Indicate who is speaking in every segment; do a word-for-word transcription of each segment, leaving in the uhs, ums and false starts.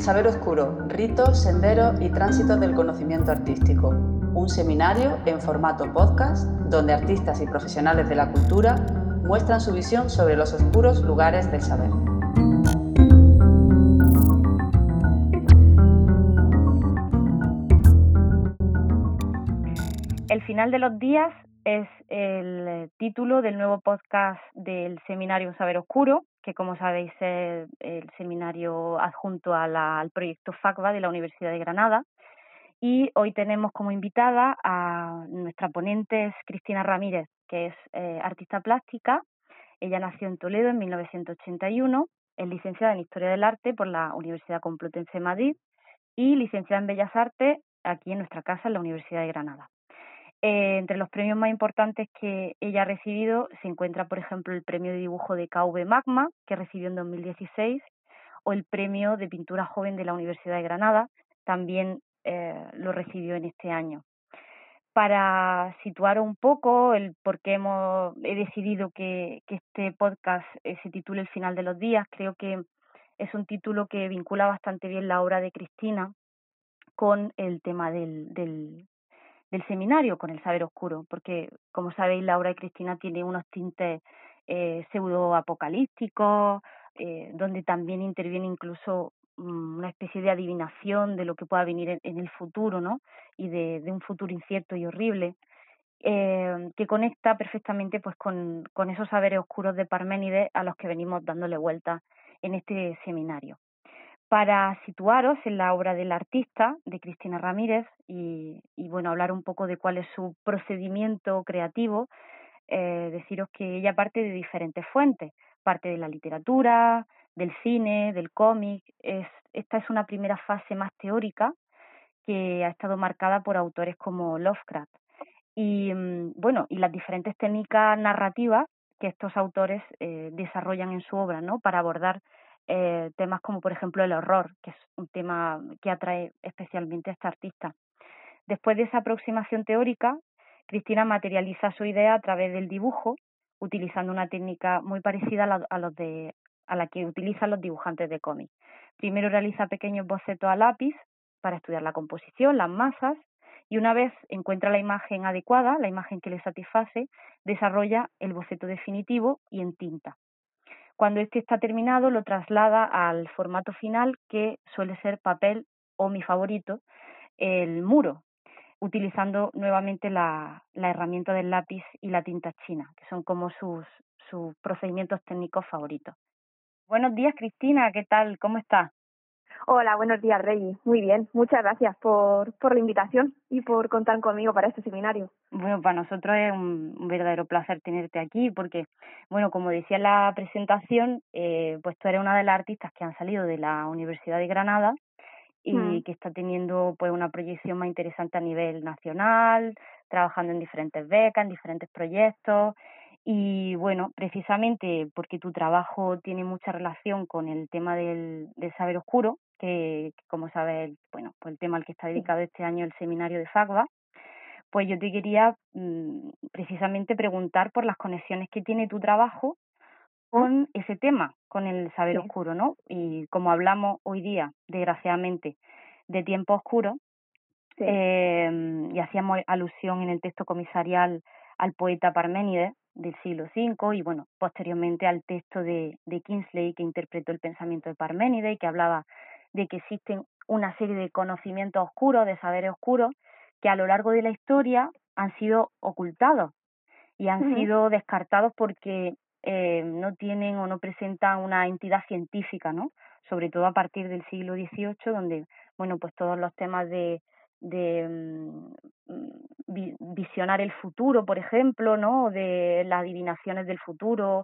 Speaker 1: Saber Oscuro, ritos, senderos y tránsitos del conocimiento artístico. Un seminario en formato podcast donde artistas y profesionales de la cultura muestran su visión sobre los oscuros lugares del saber.
Speaker 2: El final de los días es el título del nuevo podcast del seminario Saber Oscuro, que como sabéis es el seminario adjunto a la, al proyecto FACBA de la Universidad de Granada. Y hoy tenemos como invitada a nuestra ponente, es Cristina Ramírez, que es eh, artista plástica. Ella nació en Toledo en mil novecientos ochenta y uno, es licenciada en Historia del Arte por la Universidad Complutense de Madrid y licenciada en Bellas Artes aquí en nuestra casa en la Universidad de Granada. Eh, entre los premios más importantes que ella ha recibido se encuentra, por ejemplo, el premio de dibujo de K V Magma, que recibió en dos mil dieciséis, o el premio de pintura joven de la Universidad de Granada, también eh, lo recibió en este año. Para situar un poco el por qué hemos, he decidido que, que este podcast eh, se titule El final de los días, creo que es un título que vincula bastante bien la obra de Cristina con el tema del, del, del seminario, con el saber oscuro, porque como sabéis la obra de Cristina tiene unos tintes eh, pseudo-apocalípticos, eh, donde también interviene incluso um, una especie de adivinación de lo que pueda venir en, en el futuro, ¿no? Y de, de un futuro incierto y horrible, eh, que conecta perfectamente pues con, con esos saberes oscuros de Parménides a los que venimos dándole vuelta en este seminario. Para situaros en la obra del artista, de Cristina Ramírez, y, y bueno, hablar un poco de cuál es su procedimiento creativo, eh, deciros que ella parte de diferentes fuentes, parte de la literatura, del cine, del cómic. Es, esta es una primera fase más teórica que ha estado marcada por autores como Lovecraft. Y bueno, y las diferentes técnicas narrativas que estos autores eh, desarrollan en su obra, ¿no? Para abordar eh, temas como, por ejemplo, el horror, que es un tema que atrae especialmente a esta artista. Después de esa aproximación teórica, Cristina materializa su idea a través del dibujo, utilizando una técnica muy parecida a la, a los de, a la que utilizan los dibujantes de cómic. Primero realiza pequeños bocetos a lápiz para estudiar la composición, las masas, y una vez encuentra la imagen adecuada, la imagen que le satisface, desarrolla el boceto definitivo y en tinta. Cuando este está terminado, lo traslada al formato final, que suele ser papel o, mi favorito, el muro, utilizando nuevamente la, la herramienta del lápiz y la tinta china, que son como sus, sus procedimientos técnicos favoritos. Buenos días, Cristina, ¿qué tal? ¿Cómo estás?
Speaker 3: Hola, buenos días, Rey. Muy bien, muchas gracias por, por la invitación y por contar conmigo para este seminario.
Speaker 2: Bueno, para nosotros es un, un verdadero placer tenerte aquí porque, bueno, como decía en la presentación, eh, pues tú eres una de las artistas que han salido de la Universidad de Granada y mm. que está teniendo pues una proyección más interesante a nivel nacional, trabajando en diferentes becas, en diferentes proyectos. Y bueno, precisamente porque tu trabajo tiene mucha relación con el tema del, del saber oscuro, que, que como sabes, bueno, pues el tema al que está dedicado este año el seminario de FACBA, pues yo te quería mmm, precisamente preguntar por las conexiones que tiene tu trabajo con ¿Mm? ese tema, con el saber sí. oscuro, ¿no? Y como hablamos hoy día, desgraciadamente, de tiempo oscuro, sí. eh, y hacíamos alusión en el texto comisarial al poeta Parménides del siglo cinco y, bueno, posteriormente al texto de, de Kingsley, que interpretó el pensamiento de Parménides y que hablaba de que existen una serie de conocimientos oscuros, de saberes oscuros, que a lo largo de la historia han sido ocultados y han uh-huh. sido descartados porque eh, no tienen o no presentan una entidad científica, ¿no? Sobre todo a partir del siglo dieciocho, donde, bueno, pues todos los temas de de um, vi, visionar el futuro, por ejemplo, ¿no? De las adivinaciones del futuro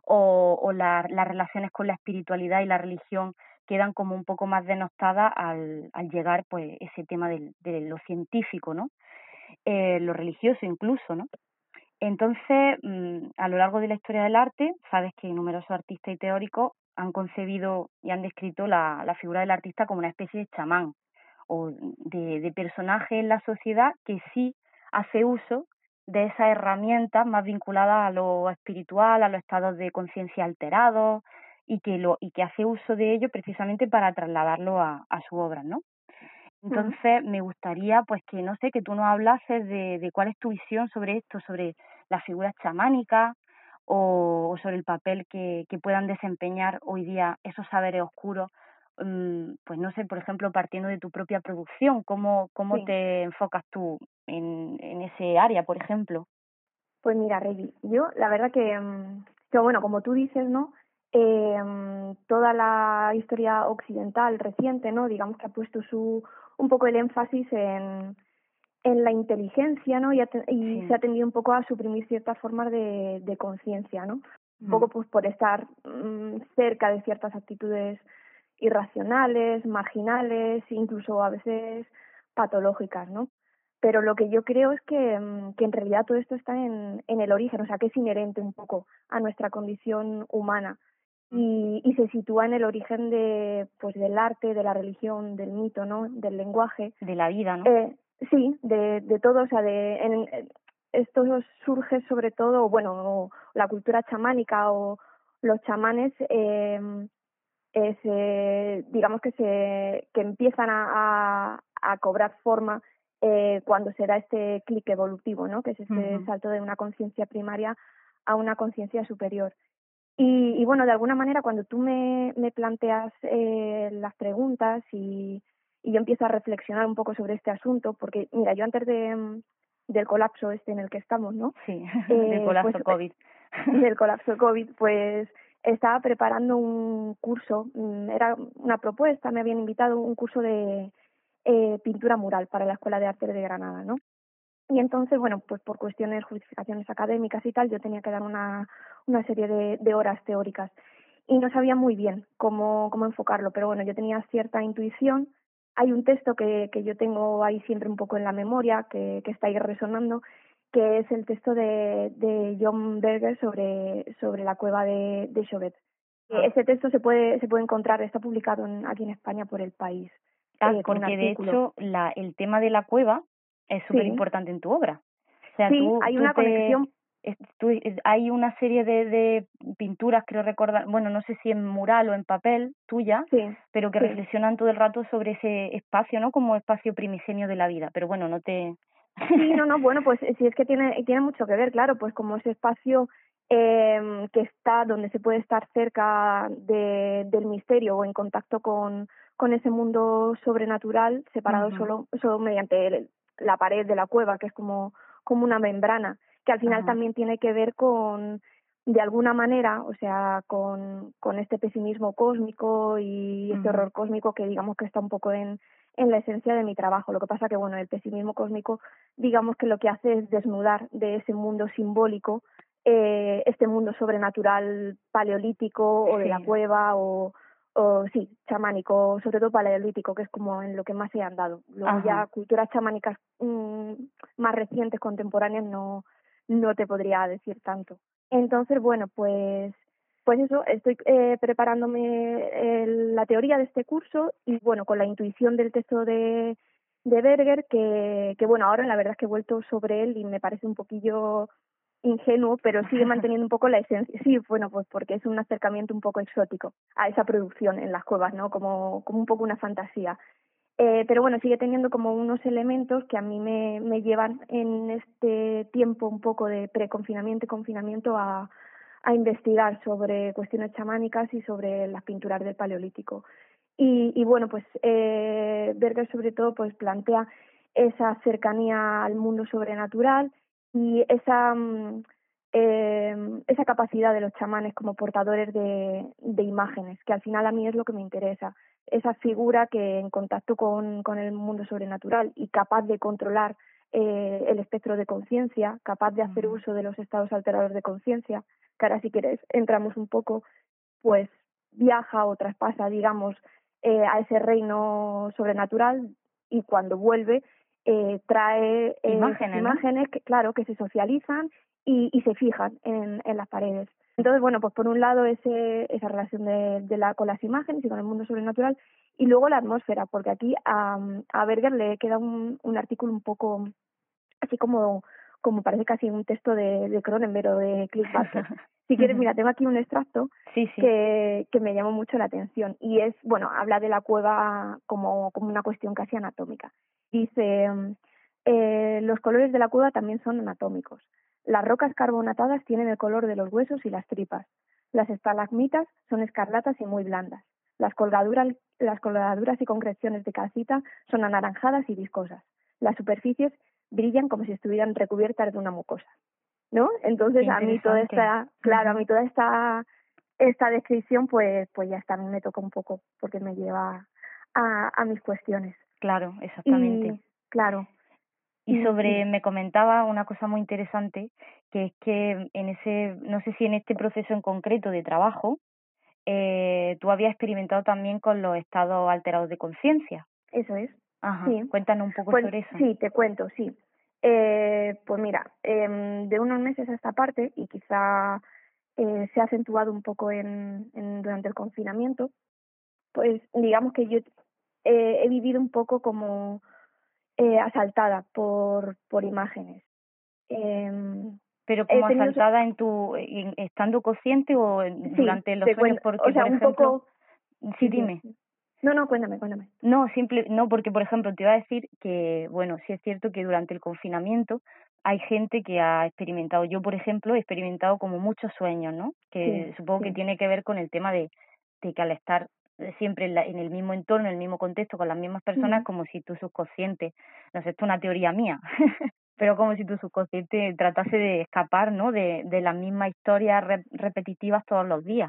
Speaker 2: o, o la, las relaciones con la espiritualidad y la religión quedan como un poco más denostadas al, al llegar, pues, ese tema de, de lo científico, ¿no? Eh, lo religioso incluso, ¿no? Entonces, mmm, a lo largo de la historia del arte, sabes que numerosos artistas y teóricos han concebido y han descrito la, la figura del artista como una especie de chamán o de, de personaje en la sociedad que sí hace uso de esas herramientas más vinculadas a lo espiritual, a los estados de conciencia alterados y que lo y que hace uso de ello precisamente para trasladarlo a, a su obra, ¿no? Entonces, uh-huh. me gustaría, pues, que, no sé, que tú nos hablases de, de cuál es tu visión sobre esto, sobre las figuras chamánicas o, o sobre el papel que, que puedan desempeñar hoy día esos saberes oscuros. Um, pues, no sé, por ejemplo, partiendo de tu propia producción, ¿cómo, cómo sí. te enfocas tú en, en ese área, por ejemplo?
Speaker 3: Pues mira, Rey, yo la verdad que, que bueno, como tú dices, ¿no? Eh, toda la historia occidental reciente, ¿no? Digamos que ha puesto su un poco el énfasis en, en la inteligencia, ¿no? Y, ha, y sí. se ha tendido un poco a suprimir ciertas formas de, de conciencia, ¿no? Un mm. poco pues por estar mmm, cerca de ciertas actitudes irracionales, marginales, incluso a veces patológicas, ¿no? Pero lo que yo creo es que, que en realidad todo esto está en, en el origen, o sea, que es inherente un poco a nuestra condición humana y, y se sitúa en el origen de, pues, del arte, de la religión, del mito, ¿no? Del lenguaje.
Speaker 2: De la vida, ¿no?
Speaker 3: Eh, sí, de, de todo, o sea, de en, en, esto surge sobre todo, bueno, la cultura chamánica o los chamanes, eh, eh, se, digamos que se que empiezan a, a, a cobrar forma eh, cuando se da este clic evolutivo, ¿no? Que es este uh-huh. salto de una conciencia primaria a una conciencia superior. Y, y bueno, de alguna manera cuando tú me, me planteas eh, las preguntas y, y yo empiezo a reflexionar un poco sobre este asunto, porque mira, yo antes de del colapso este en el que estamos, ¿no?
Speaker 2: Sí, eh, del colapso
Speaker 3: pues,
Speaker 2: COVID.
Speaker 3: Del colapso COVID, pues estaba preparando un curso, era una propuesta, me habían invitado a un curso de eh, pintura mural para la Escuela de Arte de Granada, ¿no? Y entonces, bueno, pues por cuestiones, justificaciones académicas y tal, yo tenía que dar una, una serie de, de horas teóricas y no sabía muy bien cómo, cómo enfocarlo, pero bueno, yo tenía cierta intuición. Hay un texto que, que yo tengo ahí siempre un poco en la memoria, que, que está ahí resonando, que es el texto de, de John Berger sobre, sobre la cueva de, de Chauvet. Ah. Ese texto se puede se puede encontrar, está publicado en, aquí en España por El País.
Speaker 2: Ah, eh, porque de hecho la, el tema de la cueva es súper importante sí. en tu obra. O sea,
Speaker 3: sí,
Speaker 2: tú,
Speaker 3: hay
Speaker 2: tú
Speaker 3: una
Speaker 2: te,
Speaker 3: conexión.
Speaker 2: Es, tú, es, hay una serie de, de pinturas, creo recordar, bueno, no sé si en mural o en papel, tuya,
Speaker 3: sí,
Speaker 2: pero que
Speaker 3: sí.
Speaker 2: reflexionan todo el rato sobre ese espacio, ¿no? Como espacio primigenio de la vida. Pero bueno, no te...
Speaker 3: Sí, no, no, bueno, pues sí, es que tiene tiene mucho que ver, claro, pues como ese espacio eh, que está, donde se puede estar cerca de, del misterio o en contacto con, con ese mundo sobrenatural, separado uh-huh. solo, solo mediante el, la pared de la cueva, que es como, como una membrana, que al final uh-huh. también tiene que ver con, de alguna manera, o sea, con, con este pesimismo cósmico y este uh-huh. horror cósmico que digamos que está un poco en en la esencia de mi trabajo. Lo que pasa que, bueno, el pesimismo cósmico, digamos que lo que hace es desnudar de ese mundo simbólico eh, este mundo sobrenatural paleolítico o de sí. la cueva o, o, sí, chamánico, sobre todo paleolítico, que es como en lo que más se han dado. Luego Ajá. ya culturas chamánicas mmm, más recientes, contemporáneas, no, no te podría decir tanto. Entonces, bueno, pues... Pues eso, estoy eh, preparándome eh, la teoría de este curso y, bueno, con la intuición del texto de, de Berger, que, que, bueno, ahora la verdad es que he vuelto sobre él y me parece un poquillo ingenuo, pero sigue manteniendo un poco la esencia. Sí, bueno, pues porque es un acercamiento un poco exótico a esa producción en las cuevas, ¿no? Como, como un poco una fantasía. Eh, pero bueno, sigue teniendo como unos elementos que a mí me, me llevan en este tiempo un poco de preconfinamiento y confinamiento a a investigar sobre cuestiones chamánicas y sobre las pinturas del Paleolítico. Y, y bueno, pues eh, Berger sobre todo pues plantea esa cercanía al mundo sobrenatural y esa eh, esa capacidad de los chamanes como portadores de, de imágenes, que al final a mí es lo que me interesa, esa figura que en contacto con, con el mundo sobrenatural y capaz de controlar eh, el espectro de conciencia, capaz de hacer uh-huh. uso de los estados alterados de conciencia, que ahora si quieres entramos un poco, pues viaja o traspasa, digamos, eh, a ese reino sobrenatural y cuando vuelve eh, trae eh,
Speaker 2: imágenes,
Speaker 3: imágenes
Speaker 2: ¿no?
Speaker 3: que, claro, que se socializan y, y se fijan en, en las paredes. Entonces, bueno, pues por un lado ese, esa relación de, de la, con las imágenes y con el mundo sobrenatural y luego la atmósfera, porque aquí a, a Berger le queda un, un artículo un poco así como como parece casi un texto de, de Cronenberg o de Cliff Barker. Si quieres, mira, tengo aquí un extracto
Speaker 2: sí, sí.
Speaker 3: que, que me llamó mucho la atención y es, bueno, habla de la cueva como, como una cuestión casi anatómica. Dice, eh, los colores de la cueva también son anatómicos. Las rocas carbonatadas tienen el color de los huesos y las tripas. Las estalagmitas son escarlatas y muy blandas. Las colgaduras, las colgaduras y concreciones de calcita son anaranjadas y viscosas. Las superficies brillan como si estuvieran recubiertas de una mucosa, ¿no? Entonces a mí toda esta, claro, uh-huh. a mí toda esta esta descripción pues pues ya está, a mí me toca un poco porque me lleva a, a mis cuestiones.
Speaker 2: Claro, exactamente.
Speaker 3: Y, claro.
Speaker 2: Y sobre, me comentaba una cosa muy interesante, que es que en ese, no sé si en este proceso en concreto de trabajo, eh, tú habías experimentado también con los estados alterados de conciencia.
Speaker 3: Eso es.
Speaker 2: Ajá.
Speaker 3: Sí.
Speaker 2: Cuéntanos un poco
Speaker 3: pues,
Speaker 2: sobre eso.
Speaker 3: Sí, te cuento, sí. Eh, pues mira, eh, de unos meses a esta parte, y quizá eh, se ha acentuado un poco en, en durante el confinamiento, pues digamos que yo eh, he vivido un poco como eh, asaltada por, por imágenes. Eh,
Speaker 2: Pero como asaltada en tu, en, estando consciente o en,
Speaker 3: sí,
Speaker 2: durante los sueños,
Speaker 3: cuento,
Speaker 2: porque
Speaker 3: o sea,
Speaker 2: por
Speaker 3: un
Speaker 2: ejemplo,
Speaker 3: poco...
Speaker 2: sí, dime.
Speaker 3: Sí. No, no, cuéntame, cuéntame.
Speaker 2: No, simple, no, porque por ejemplo te iba a decir que, bueno, sí es cierto que durante el confinamiento hay gente que ha experimentado, yo por ejemplo he experimentado como muchos sueños, ¿no? Que
Speaker 3: sí,
Speaker 2: supongo
Speaker 3: sí.
Speaker 2: que tiene que ver con el tema de, de que al estar siempre en, la, en el mismo entorno, en el mismo contexto, con las mismas personas, mm. como si tu subconsciente, no sé, esto es una teoría mía, pero como si tu subconsciente tratase de escapar, ¿no? De, de las mismas historias re, repetitivas todos los días.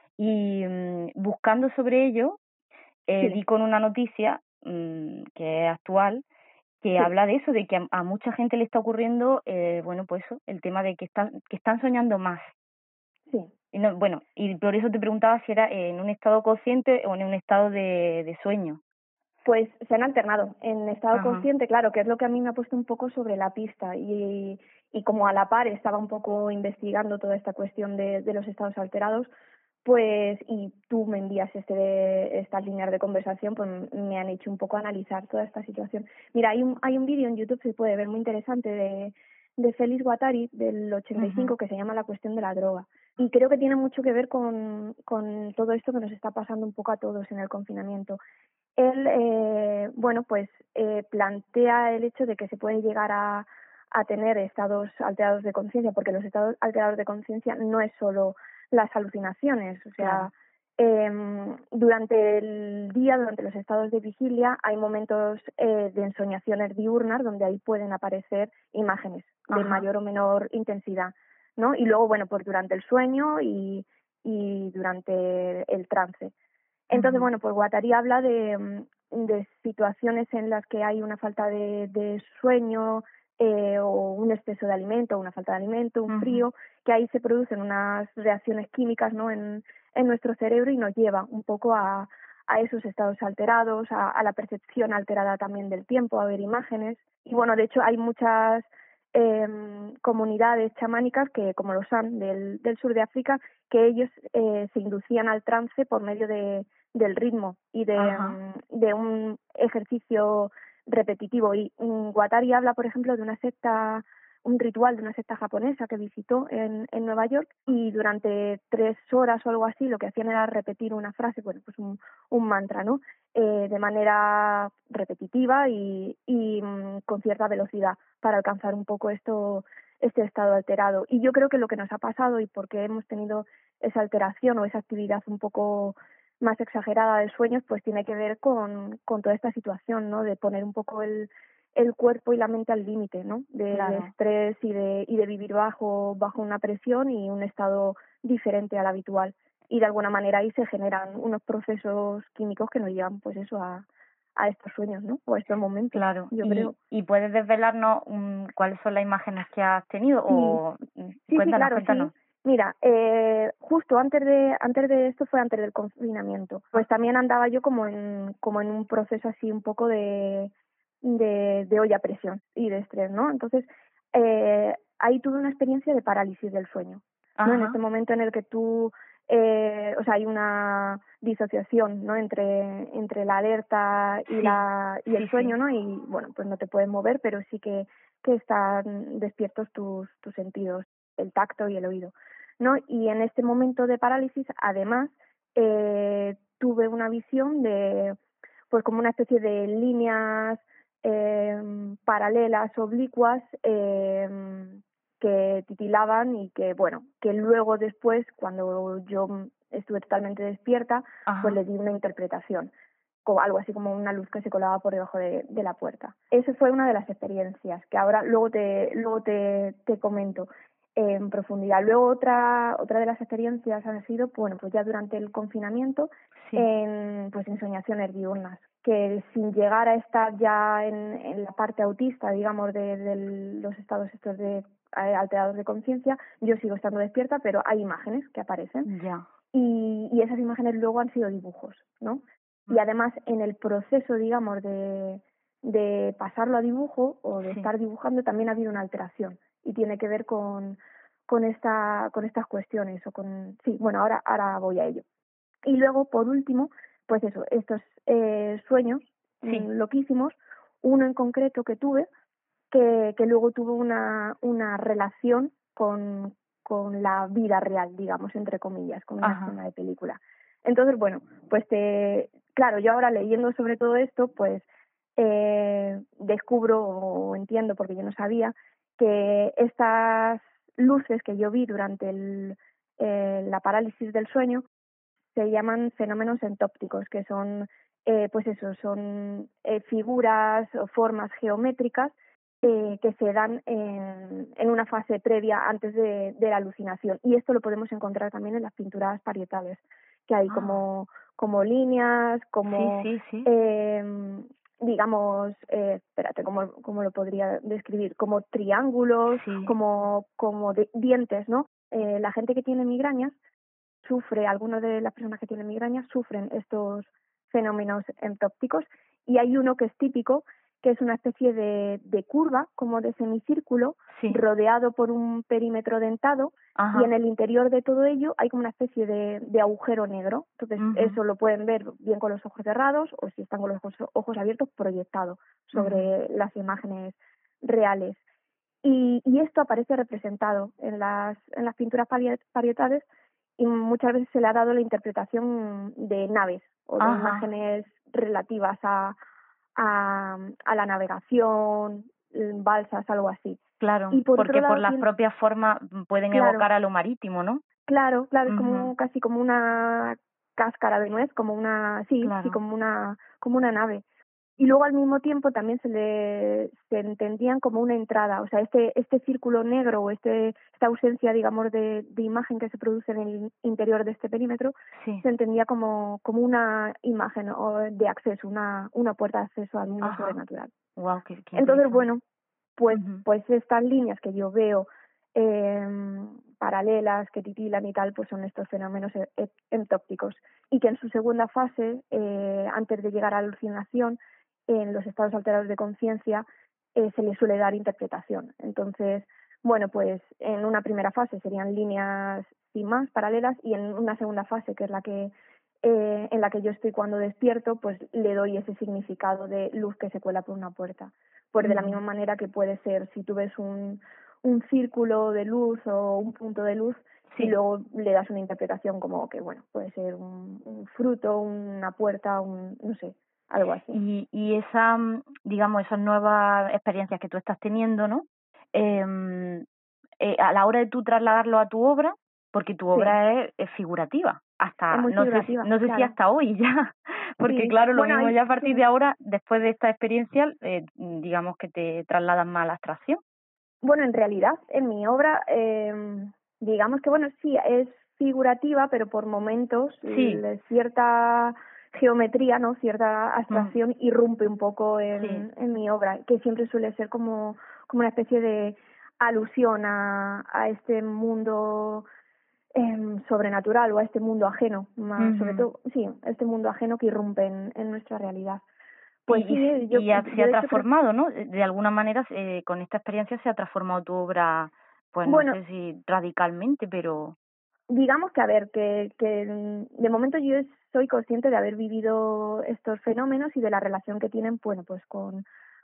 Speaker 2: Y mmm, buscando sobre ello, eh, sí. di con una noticia mmm, que es actual, que sí. habla de eso, de que a, a mucha gente le está ocurriendo, eh, bueno, pues eso, el tema de que están, que están soñando más.
Speaker 3: Sí.
Speaker 2: Y no, bueno, y por eso te preguntaba si era en un estado consciente o en un estado de, de sueño.
Speaker 3: Pues se han alternado. En estado
Speaker 2: Ajá.
Speaker 3: consciente, claro, que es lo que a mí me ha puesto un poco sobre la pista y, y como a la par estaba un poco investigando toda esta cuestión de, de los estados alterados, pues, y tú me envías este, estas líneas de conversación, pues me han hecho un poco analizar toda esta situación. Mira, hay un, hay un vídeo en YouTube, se puede ver muy interesante, de, de Félix Guattari, del ochenta y cinco, uh-huh. que se llama La cuestión de la droga. Y creo que tiene mucho que ver con, con todo esto que nos está pasando un poco a todos en el confinamiento. Él, eh, bueno, pues eh, plantea el hecho de que se puede llegar a, a tener estados alterados de conciencia, porque los estados alterados de conciencia no es solo las alucinaciones, o sea, claro. eh, durante el día, durante los estados de vigilia, hay momentos eh, de ensoñaciones diurnas donde ahí pueden aparecer imágenes de Ajá. mayor o menor intensidad, ¿no? Y luego, bueno, pues durante el sueño y, y durante el trance. Entonces, uh-huh. bueno, pues Guattari habla de, de situaciones en las que hay una falta de, de sueño eh, o un exceso de alimento, una falta de alimento, un uh-huh. frío, que ahí se producen unas reacciones químicas, ¿no? en, en nuestro cerebro y nos lleva un poco a, a esos estados alterados, a, a la percepción alterada también del tiempo, a ver imágenes. Y bueno, de hecho hay muchas eh, comunidades chamánicas que, como los San del, del sur de África, que ellos eh, se inducían al trance por medio de del ritmo y de, um, de un ejercicio repetitivo. Y um, Guattari habla, por ejemplo, de una secta, un ritual de una secta japonesa que visitó en, en Nueva York, y durante tres horas o algo así lo que hacían era repetir una frase, bueno, pues un, un mantra, ¿no? Eh, de manera repetitiva y, y um, con cierta velocidad para alcanzar un poco esto este estado alterado. Y yo creo que lo que nos ha pasado y por qué hemos tenido esa alteración o esa actividad un poco más exagerada de sueños, pues tiene que ver con, con toda esta situación, ¿no? De poner un poco el, el cuerpo y la mente al límite, ¿no? De, claro. de estrés y de, y de vivir bajo, bajo una presión y un estado diferente al habitual. Y de alguna manera ahí se generan unos procesos químicos que nos llevan, pues eso, a, a estos sueños, ¿no? O a estos momentos.
Speaker 2: Claro.
Speaker 3: Yo
Speaker 2: y,
Speaker 3: creo.
Speaker 2: ¿Y puedes desvelarnos um, cuáles son las imágenes que has tenido?
Speaker 3: Sí,
Speaker 2: o
Speaker 3: sí,
Speaker 2: cuéntanos,
Speaker 3: sí, claro,
Speaker 2: cuéntanos.
Speaker 3: Sí. Mira, eh, justo antes de antes de esto fue antes del confinamiento. Pues también andaba yo como en como en un proceso así un poco de de, de olla a presión y de estrés, ¿no? Entonces eh, ahí tuve una experiencia de parálisis del sueño, ¿no? En este momento en el que tú eh, o sea, hay una disociación, ¿no? Entre entre la alerta y
Speaker 2: sí,
Speaker 3: la y el
Speaker 2: sí,
Speaker 3: sueño,
Speaker 2: sí.
Speaker 3: ¿no? Y bueno, pues no te puedes mover, pero sí que que están despiertos tus, tus sentidos, el tacto y el oído, ¿no? Y en este momento de parálisis, además, eh, tuve una visión de, pues como una especie de líneas eh, paralelas, oblicuas, eh, que titilaban y que, bueno, que luego después, cuando yo estuve totalmente despierta,
Speaker 2: Ajá.
Speaker 3: pues le di una interpretación, como algo así como una luz que se colaba por debajo de, de la puerta. Esa fue una de las experiencias que ahora luego te luego te, te comento en profundidad. Luego otra otra de las experiencias han sido, bueno, pues ya durante el confinamiento,
Speaker 2: Sí.
Speaker 3: en pues ensoñaciones diurnas, que sin llegar a estar ya en, en la parte autista, digamos, de, de los estados estos de eh, alterados de conciencia, yo sigo estando despierta, pero hay imágenes que aparecen.
Speaker 2: Ya.
Speaker 3: Y, y esas imágenes luego han sido dibujos, ¿no? Y además en el proceso, digamos, de, de pasarlo a dibujo o de
Speaker 2: Sí.
Speaker 3: estar dibujando también ha habido una alteración y tiene que ver con con esta con estas cuestiones o con sí, bueno, ahora ahora voy a ello. Y luego, por último, pues eso, estos eh, sueños
Speaker 2: Sí.
Speaker 3: mm, loquísimos, uno en concreto que tuve, que, que luego tuvo una, una relación con, con la vida real, digamos, entre comillas, con una
Speaker 2: Ajá.
Speaker 3: escena de película. Entonces, bueno, pues te, claro, yo ahora leyendo sobre todo esto, pues eh, descubro o entiendo, porque yo no sabía, que estas luces que yo vi durante el, eh, la parálisis del sueño se llaman fenómenos entópticos, que son, eh, pues eso, son eh, figuras o formas geométricas eh, que se dan en, en una fase previa antes de, de la alucinación. Y esto lo podemos encontrar también en las pinturas parietales, que hay
Speaker 2: Ah.
Speaker 3: como, como líneas, como,
Speaker 2: Sí, sí, sí.
Speaker 3: eh, digamos, eh, espérate, ¿cómo, cómo lo podría describir? Como triángulos,
Speaker 2: Sí.
Speaker 3: como, como de, dientes, ¿no? Eh, la gente que tiene migrañas sufre, algunas de las personas que tienen migrañas sufren estos fenómenos entópticos, y hay uno que es típico, que es una especie de, de curva, como de semicírculo,
Speaker 2: Sí.
Speaker 3: rodeado por un perímetro dentado,
Speaker 2: Ajá.
Speaker 3: y en el interior de todo ello hay como una especie de, de agujero negro. Entonces,
Speaker 2: Ujú.
Speaker 3: eso lo pueden ver bien con los ojos cerrados o si están con los ojos, ojos abiertos, proyectado sobre
Speaker 2: Ujú.
Speaker 3: las imágenes reales. Y, y esto aparece representado en las, en las pinturas parietales, y muchas veces se le ha dado la interpretación de naves o de
Speaker 2: Ajá.
Speaker 3: imágenes relativas a, a, a la navegación, balsas, algo así.
Speaker 2: Claro,
Speaker 3: Y por otro
Speaker 2: porque por
Speaker 3: lado
Speaker 2: las
Speaker 3: tiene,
Speaker 2: propias formas pueden
Speaker 3: claro,
Speaker 2: evocar a lo marítimo, ¿no?
Speaker 3: claro, claro, es
Speaker 2: Ujú.
Speaker 3: como casi como una cáscara de nuez, como una, sí, sí,
Speaker 2: Claro.
Speaker 3: como una, como una nave. Y luego al mismo tiempo también se le se entendían como una entrada, o sea, este este círculo negro o este esta ausencia, digamos, de, de imagen que se produce en el interior de este perímetro,
Speaker 2: Sí.
Speaker 3: se entendía como como una imagen o de acceso, una una puerta de acceso al mundo
Speaker 2: Ajá.
Speaker 3: sobrenatural.
Speaker 2: Wow, qué, qué
Speaker 3: Entonces,
Speaker 2: interesante.
Speaker 3: bueno, pues
Speaker 2: Ujú.
Speaker 3: pues estas líneas que yo veo eh, paralelas, que titilan y tal, pues son estos fenómenos entópticos, y que en su segunda fase, eh, antes de llegar a la alucinación, en los estados alterados de conciencia, eh, se le suele dar interpretación. Entonces, bueno, pues en una primera fase serían líneas sin más, paralelas, y en una segunda fase, que es la que eh, en la que yo estoy cuando despierto, pues le doy ese significado de luz que se cuela por una puerta. Pues de la misma
Speaker 2: Ujú.
Speaker 3: manera que puede ser, si tú ves un, un círculo de luz o un punto de luz, y
Speaker 2: Sí.
Speaker 3: luego le das una interpretación como que, bueno, puede ser un, un fruto, una puerta, un, no sé, algo así.
Speaker 2: Y, y esa, mm, digamos, esas nuevas experiencias que tú estás teniendo, ¿no? Eh, eh, a la hora de tú trasladarlo a tu obra, porque tu
Speaker 3: Sí,
Speaker 2: obra es, es figurativa,
Speaker 3: es
Speaker 2: hasta,
Speaker 3: muy
Speaker 2: no sé si,
Speaker 3: figurativa,
Speaker 2: no sé si
Speaker 3: claro.
Speaker 2: hasta hoy ya, porque
Speaker 3: Sí,
Speaker 2: claro, lo
Speaker 3: bueno,
Speaker 2: mismo
Speaker 3: hay,
Speaker 2: ya a partir de
Speaker 3: sí.
Speaker 2: ahora, después de esta experiencia, eh, digamos que te trasladas más a la abstracción.
Speaker 3: Bueno, en realidad, en mi obra, eh, digamos que, bueno, sí, es figurativa, pero por momentos
Speaker 2: Sí.
Speaker 3: l- cierta geometría, ¿no? Cierta
Speaker 2: Mm.
Speaker 3: abstracción irrumpe un poco
Speaker 2: Sí.
Speaker 3: en, en mi obra, que siempre suele ser como, como una especie de alusión a, a este mundo eh, sobrenatural o a este mundo ajeno, más sobre
Speaker 2: Ujú.
Speaker 3: todo, sí, este mundo ajeno que irrumpe en, en nuestra realidad. Pues
Speaker 2: Y,
Speaker 3: sí,
Speaker 2: y,
Speaker 3: eh, yo,
Speaker 2: y ha- se
Speaker 3: yo
Speaker 2: ha
Speaker 3: de hecho creo,
Speaker 2: transformado, ¿no? De de alguna manera, eh, con esta experiencia se ha transformado tu obra, pues no
Speaker 3: bueno,
Speaker 2: sé si radicalmente, pero
Speaker 3: digamos que, a ver, que, que mm, de momento yo soy consciente de haber vivido estos fenómenos y de la relación que tienen, bueno, pues con,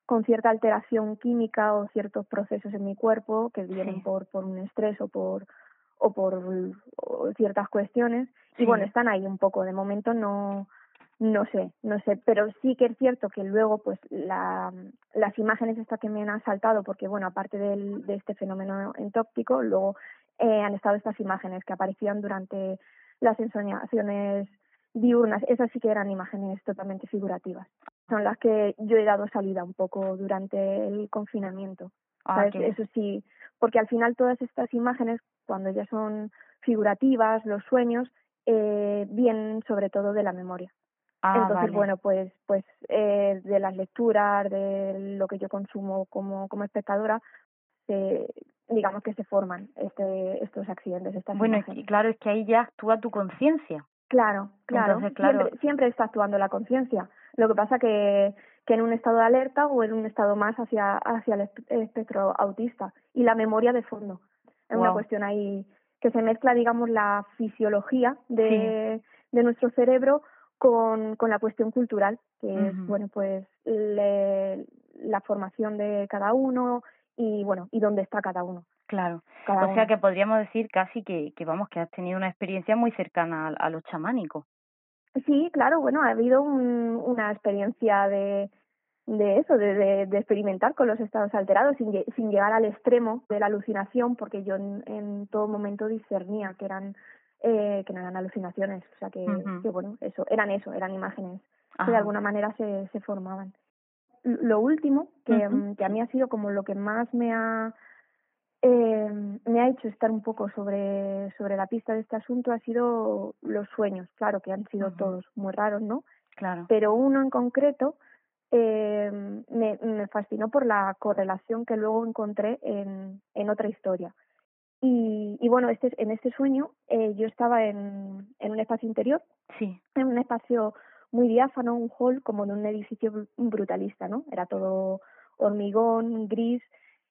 Speaker 3: con cierta alteración química o ciertos procesos en mi cuerpo que vienen
Speaker 2: Sí.
Speaker 3: por, por un estrés o por o por o ciertas cuestiones y
Speaker 2: Sí.
Speaker 3: bueno, están ahí un poco. De momento no no sé, no sé, pero sí que es cierto que luego pues la, las imágenes estas que me han saltado, porque bueno, aparte del, de este fenómeno entóptico, luego eh, han estado estas imágenes que aparecían durante las ensoñaciones diurnas. Esas sí que eran imágenes totalmente figurativas. Son las que yo he dado salida un poco durante el confinamiento.
Speaker 2: Ah,
Speaker 3: ¿Sabes?
Speaker 2: qué bien.
Speaker 3: Eso sí, porque al final todas estas imágenes, cuando ya son figurativas, los sueños, eh, vienen sobre todo de la memoria.
Speaker 2: Ah,
Speaker 3: Entonces,
Speaker 2: vale.
Speaker 3: bueno, pues pues eh, de las lecturas, de lo que yo consumo como, como espectadora, se, digamos que se forman este, estos accidentes, estas
Speaker 2: Bueno, y
Speaker 3: imágenes.
Speaker 2: claro, es que ahí ya actúa tu conciencia.
Speaker 3: Claro, claro.
Speaker 2: Entonces, claro,
Speaker 3: Siempre, siempre está actuando la conciencia. Lo que pasa que, que en un estado de alerta o en un estado más hacia, hacia el espe- espectro autista. Y la memoria de fondo. Es una
Speaker 2: wow.
Speaker 3: cuestión ahí que se mezcla, digamos, la fisiología
Speaker 2: Sí.
Speaker 3: de, de nuestro cerebro con, con la cuestión cultural, que es,
Speaker 2: Ujú.
Speaker 3: bueno, pues le- la formación de cada uno y, bueno, y dónde está cada uno.
Speaker 2: Claro.
Speaker 3: Cada
Speaker 2: O sea
Speaker 3: una.
Speaker 2: que podríamos decir casi que, que vamos, que has tenido una experiencia muy cercana a, a lo chamánico.
Speaker 3: Sí, claro, bueno, ha habido un, una experiencia de, de eso, de, de, de experimentar con los estados alterados sin, lle- sin llegar al extremo de la alucinación, porque yo en, en todo momento discernía que eran eh, que no eran alucinaciones, o sea que,
Speaker 2: Ujú.
Speaker 3: que bueno, eso, eran eso, eran imágenes que de
Speaker 2: Ajá.
Speaker 3: alguna manera se, se formaban. L- Lo último, que,
Speaker 2: Ujú.
Speaker 3: mm, que a mí ha sido como lo que más me ha eh, me ha hecho estar un poco sobre, sobre la pista de este asunto ha sido los sueños, claro que han sido
Speaker 2: Ujú.
Speaker 3: todos muy raros, ¿no?
Speaker 2: Claro.
Speaker 3: Pero uno en concreto eh, me, me fascinó por la correlación que luego encontré en, en otra historia. Y, y bueno, este, en este sueño eh, yo estaba en, en un espacio interior,
Speaker 2: Sí.
Speaker 3: en un espacio muy diáfano, un hall como de un edificio bru- brutalista, ¿no? Era todo hormigón, gris,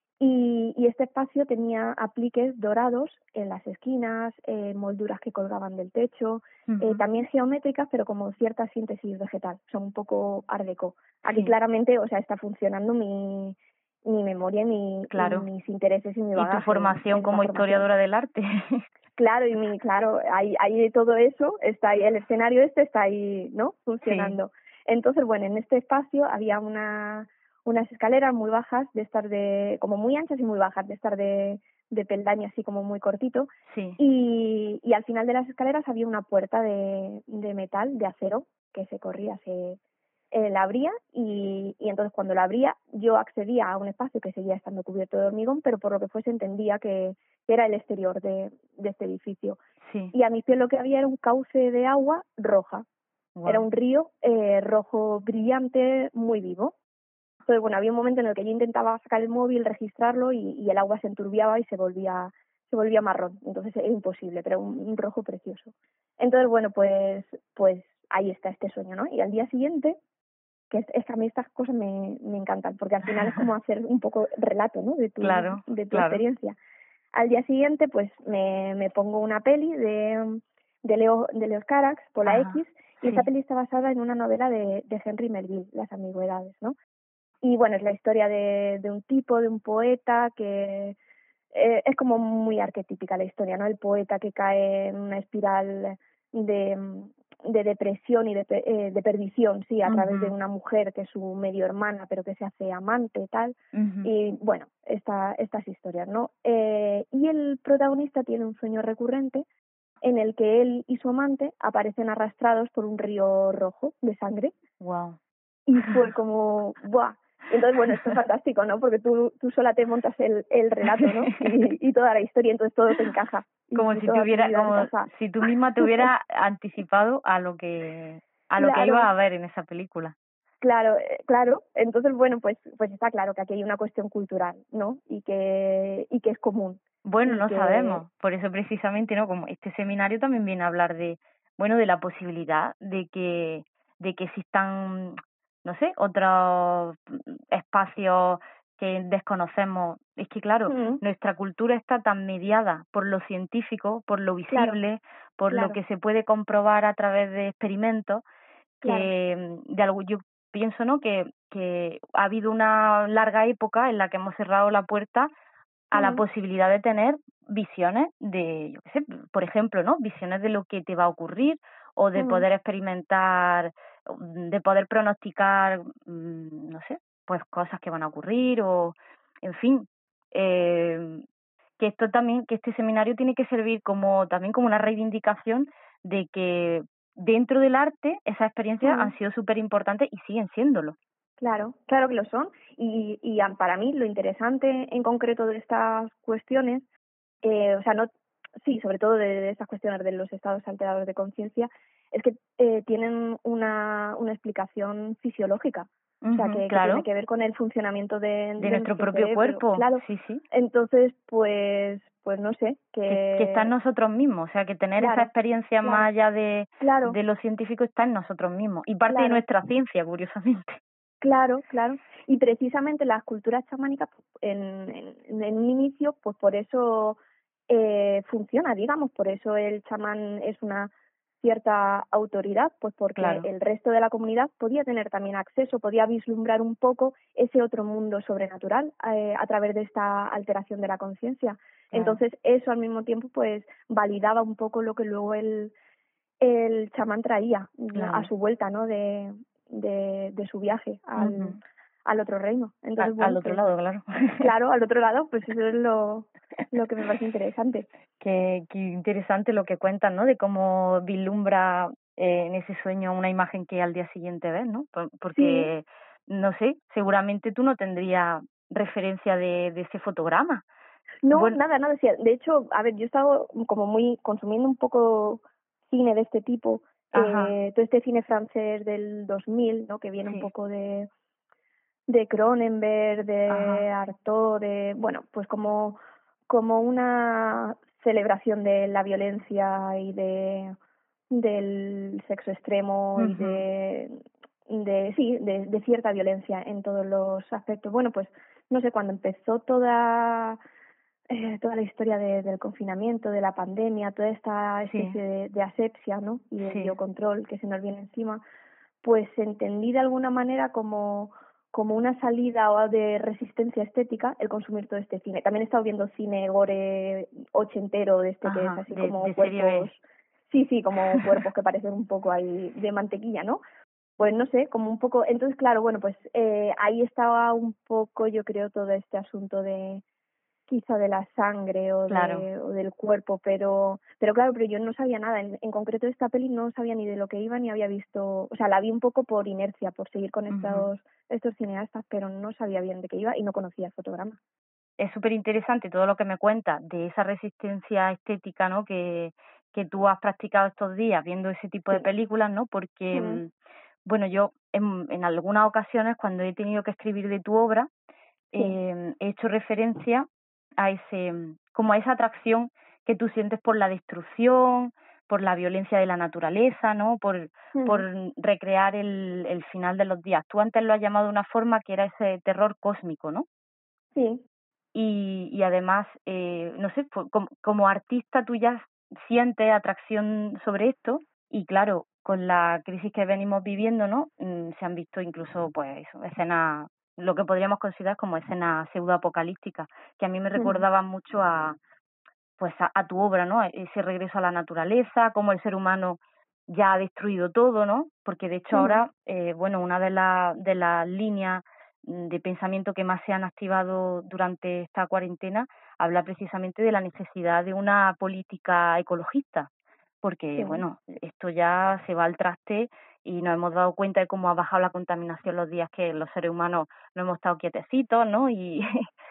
Speaker 3: y, y este espacio tenía apliques dorados en las esquinas, eh, molduras que colgaban del techo, eh,
Speaker 2: Ujú.
Speaker 3: también geométricas, pero como cierta síntesis vegetal, son un poco art déco. Aquí
Speaker 2: Sí.
Speaker 3: claramente, o sea, está funcionando mi, mi memoria y, mi, y
Speaker 2: Claro.
Speaker 3: mis intereses y mi
Speaker 2: Y tu
Speaker 3: bagaje en,
Speaker 2: formación
Speaker 3: en esta
Speaker 2: como
Speaker 3: formación.
Speaker 2: historiadora del arte.
Speaker 3: Claro, y mi, claro, hay, hay de todo eso, está ahí, el escenario este está ahí, ¿no?
Speaker 2: Sí.
Speaker 3: Funcionando. Entonces, bueno, en este espacio había una, unas escaleras muy bajas, de estar de, como muy anchas y muy bajas, de estar de, de peldaño así como muy cortito,
Speaker 2: Sí.
Speaker 3: y, y al final de las escaleras había una puerta de, de metal, de acero, que se corría, se eh, la abría, y, y entonces cuando la abría yo accedía a un espacio que seguía estando cubierto de hormigón, pero por lo que fuese entendía que que era el exterior de, de este edificio.
Speaker 2: Sí.
Speaker 3: Y a mis pies lo que había era un cauce de agua roja. Era
Speaker 2: Wow.
Speaker 3: un río eh, rojo brillante, muy vivo. Entonces, bueno, había un momento en el que yo intentaba sacar el móvil, registrarlo y, y el agua se enturbiaba y se volvía se volvía marrón. Entonces era imposible, pero un, un rojo precioso. Entonces, bueno, pues pues ahí está este sueño, ¿no? Y al día siguiente, que es, es que a mí estas cosas me, me encantan, porque al final es como hacer un poco relato, ¿no? De tu,
Speaker 2: Claro,
Speaker 3: de tu
Speaker 2: claro.
Speaker 3: experiencia. Al día siguiente, pues me, me pongo una peli de, de Leo de Leo Carax, Pola
Speaker 2: Ajá.
Speaker 3: X, y esta
Speaker 2: Sí.
Speaker 3: peli está basada en una novela de, de Henry Melville, Las ambigüedades, ¿no? Y bueno, es la historia de, de un tipo, de un poeta que eh, es como muy arquetípica la historia, ¿no? El poeta que cae en una espiral de, de depresión y de, eh, de perdición, sí, a través de
Speaker 2: Ujú.
Speaker 3: una mujer que es su medio hermana, pero que se hace amante y tal.
Speaker 2: Ujú.
Speaker 3: Y bueno, esta, estas historias, ¿no? Eh, y el protagonista tiene un sueño recurrente en el que él y su amante aparecen arrastrados por un río rojo de sangre.
Speaker 2: Wow.
Speaker 3: Y fue como, ¡buah! Entonces, bueno, esto es fantástico, ¿no? Porque tú, tú sola te montas el, el relato, ¿no? Y, y toda la historia, entonces todo te encaja. Y,
Speaker 2: Como
Speaker 3: y
Speaker 2: si te
Speaker 3: toda tu
Speaker 2: hubiera,
Speaker 3: vida
Speaker 2: como
Speaker 3: encaja.
Speaker 2: si tú misma te hubieras anticipado a lo que, a lo que ibas
Speaker 3: Claro,
Speaker 2: a ver en esa película.
Speaker 3: claro, eh, claro. Entonces, bueno, pues, pues está claro que aquí hay una cuestión cultural, ¿no? Y que, y que es común.
Speaker 2: Bueno,
Speaker 3: Y
Speaker 2: no
Speaker 3: que,
Speaker 2: sabemos. Por eso precisamente, ¿no? Como este seminario también viene a hablar de, bueno, de la posibilidad de que, de que existan, no sé, otros espacios que desconocemos. Es que, claro,
Speaker 3: mm,
Speaker 2: nuestra cultura está tan mediada por lo científico, por lo
Speaker 3: claro,
Speaker 2: visible, por lo
Speaker 3: claro,
Speaker 2: que se puede comprobar a través de experimentos,
Speaker 3: claro.
Speaker 2: que mm, de algo yo pienso, ¿no?, que, que ha habido una larga época en la que hemos cerrado la puerta a la
Speaker 3: Mm.
Speaker 2: posibilidad de tener visiones de, yo qué sé, por ejemplo, ¿no?, visiones de lo que te va a ocurrir o de
Speaker 3: Mm.
Speaker 2: poder experimentar, de poder pronosticar, no sé, pues cosas que van a ocurrir o, en fin, eh, que esto también, que este seminario tiene que servir como también como una reivindicación de que dentro del arte esas experiencias
Speaker 3: Mm.
Speaker 2: han sido súper importantes y siguen siéndolo.
Speaker 3: Claro, claro que lo son. Y, y a- para mí lo interesante en concreto de estas cuestiones, eh, o sea, no, sí, sobre todo de, de estas cuestiones de los estados alterados de conciencia, es que eh, tienen una, una explicación fisiológica. O sea,
Speaker 2: Uh-huh,
Speaker 3: que, que tiene
Speaker 2: claro,
Speaker 3: que ver con el funcionamiento de,
Speaker 2: de
Speaker 3: de
Speaker 2: nuestro
Speaker 3: nuestro
Speaker 2: propio
Speaker 3: cerebro.
Speaker 2: cuerpo,
Speaker 3: Claro.
Speaker 2: sí, sí.
Speaker 3: Entonces, pues, pues no sé,
Speaker 2: Que, que está en
Speaker 3: que
Speaker 2: nosotros mismos, o sea, que tener esa
Speaker 3: claro,
Speaker 2: experiencia
Speaker 3: claro,
Speaker 2: más allá de,
Speaker 3: claro,
Speaker 2: de lo científico está en nosotros mismos y parte de
Speaker 3: claro.
Speaker 2: nuestra ciencia, curiosamente.
Speaker 3: Claro, claro. Y precisamente las culturas chamánicas, en, en, en un inicio, pues por eso eh, funciona, digamos, por eso el chamán es una cierta autoridad, pues porque
Speaker 2: Claro,
Speaker 3: el resto de la comunidad podía tener también acceso, podía vislumbrar un poco ese otro mundo sobrenatural eh, a través de esta alteración de la conciencia.
Speaker 2: claro.
Speaker 3: Entonces eso al mismo tiempo pues validaba un poco lo que luego el el chamán traía a
Speaker 2: Claro.
Speaker 3: su vuelta, ¿no? De, de, de su viaje al,
Speaker 2: Uh-huh.
Speaker 3: al otro reino.
Speaker 2: Al,
Speaker 3: Entonces,
Speaker 2: al
Speaker 3: bueno,
Speaker 2: otro
Speaker 3: pues
Speaker 2: lado, claro.
Speaker 3: claro, al otro lado, pues eso es lo, lo que me parece interesante.
Speaker 2: Qué, qué interesante lo que cuentan, ¿no? De cómo vislumbra eh, en ese sueño una imagen que al día siguiente ves, ¿no? Por,
Speaker 3: Sí,
Speaker 2: porque, no sé, seguramente tú no tendrías referencia de, de ese fotograma.
Speaker 3: no,
Speaker 2: Bueno,
Speaker 3: nada, nada. Sí, de hecho, a ver, yo he estado como muy consumiendo un poco cine de este tipo,
Speaker 2: ajá,
Speaker 3: eh, todo este cine francés del dos mil, ¿no? Que viene un
Speaker 2: sí,
Speaker 3: poco de de Cronenberg, de
Speaker 2: ajá,
Speaker 3: Artaud, de, bueno, pues como, como una celebración de la violencia y de del sexo extremo y
Speaker 2: uh-huh,
Speaker 3: de, de sí, de, de cierta violencia en todos los aspectos. Bueno, pues no sé, cuando empezó toda eh, toda la historia de, del confinamiento, de la pandemia, toda esta
Speaker 2: sí,
Speaker 3: especie de, de asepsia, ¿no? Y de
Speaker 2: sí,
Speaker 3: biocontrol que se nos viene encima, pues entendí de alguna manera como como una salida o de resistencia estética el consumir todo este cine. También he estado viendo cine gore ochentero de este que es
Speaker 2: ajá,
Speaker 3: así
Speaker 2: de,
Speaker 3: como
Speaker 2: de serie
Speaker 3: cuerpos,
Speaker 2: B.
Speaker 3: sí, sí, como cuerpos que parecen un poco ahí de mantequilla, ¿no? Pues no sé, como un poco, entonces claro, bueno, pues eh, ahí estaba un poco, yo creo, todo este asunto de quizá de la sangre o
Speaker 2: Claro,
Speaker 3: de o del cuerpo, pero pero claro, pero yo no sabía nada. En, en concreto de esta peli no sabía ni de lo que iba ni había visto, o sea, la vi un poco por inercia, por seguir con
Speaker 2: uh-huh.
Speaker 3: estos estos cineastas, pero no sabía bien de qué iba y no conocía el fotograma.
Speaker 2: Es súper interesante todo lo que me cuentas de esa resistencia estética, ¿no? Que, que tú has practicado estos días viendo ese tipo de
Speaker 3: Sí.
Speaker 2: películas, ¿no? Porque,
Speaker 3: Mm,
Speaker 2: mm, bueno, yo en, en algunas ocasiones cuando he tenido que escribir de tu obra,
Speaker 3: sí.
Speaker 2: eh, he hecho referencia a ese, mm, como a esa atracción que tú sientes por la destrucción, por la violencia de la naturaleza, ¿no? Por, por
Speaker 3: Mm,
Speaker 2: recrear el, el final de los días. Tú antes lo has llamado de una forma que era ese terror cósmico, ¿no?
Speaker 3: sí.
Speaker 2: y, y además, eh, no sé, pues, como, como artista tú ya sientes atracción sobre esto y claro, con la crisis que venimos viviendo, ¿no? Mm, se han visto incluso, pues, eso, escenas, lo que podríamos considerar como escenas pseudoapocalípticas, que a mí me
Speaker 3: Mm,
Speaker 2: recordaban mucho a, pues, a, a tu obra, ¿no? Ese regreso a la naturaleza, cómo el ser humano ya ha destruido todo, ¿no? Porque de hecho
Speaker 3: mm,
Speaker 2: ahora, eh, bueno, una de las de las líneas de pensamiento que más se han activado durante esta cuarentena habla precisamente de la necesidad de una política ecologista, porque
Speaker 3: sí.
Speaker 2: bueno, esto ya se va al traste y nos hemos dado cuenta de cómo ha bajado la contaminación los días que los seres humanos no hemos estado quietecitos, ¿no? Y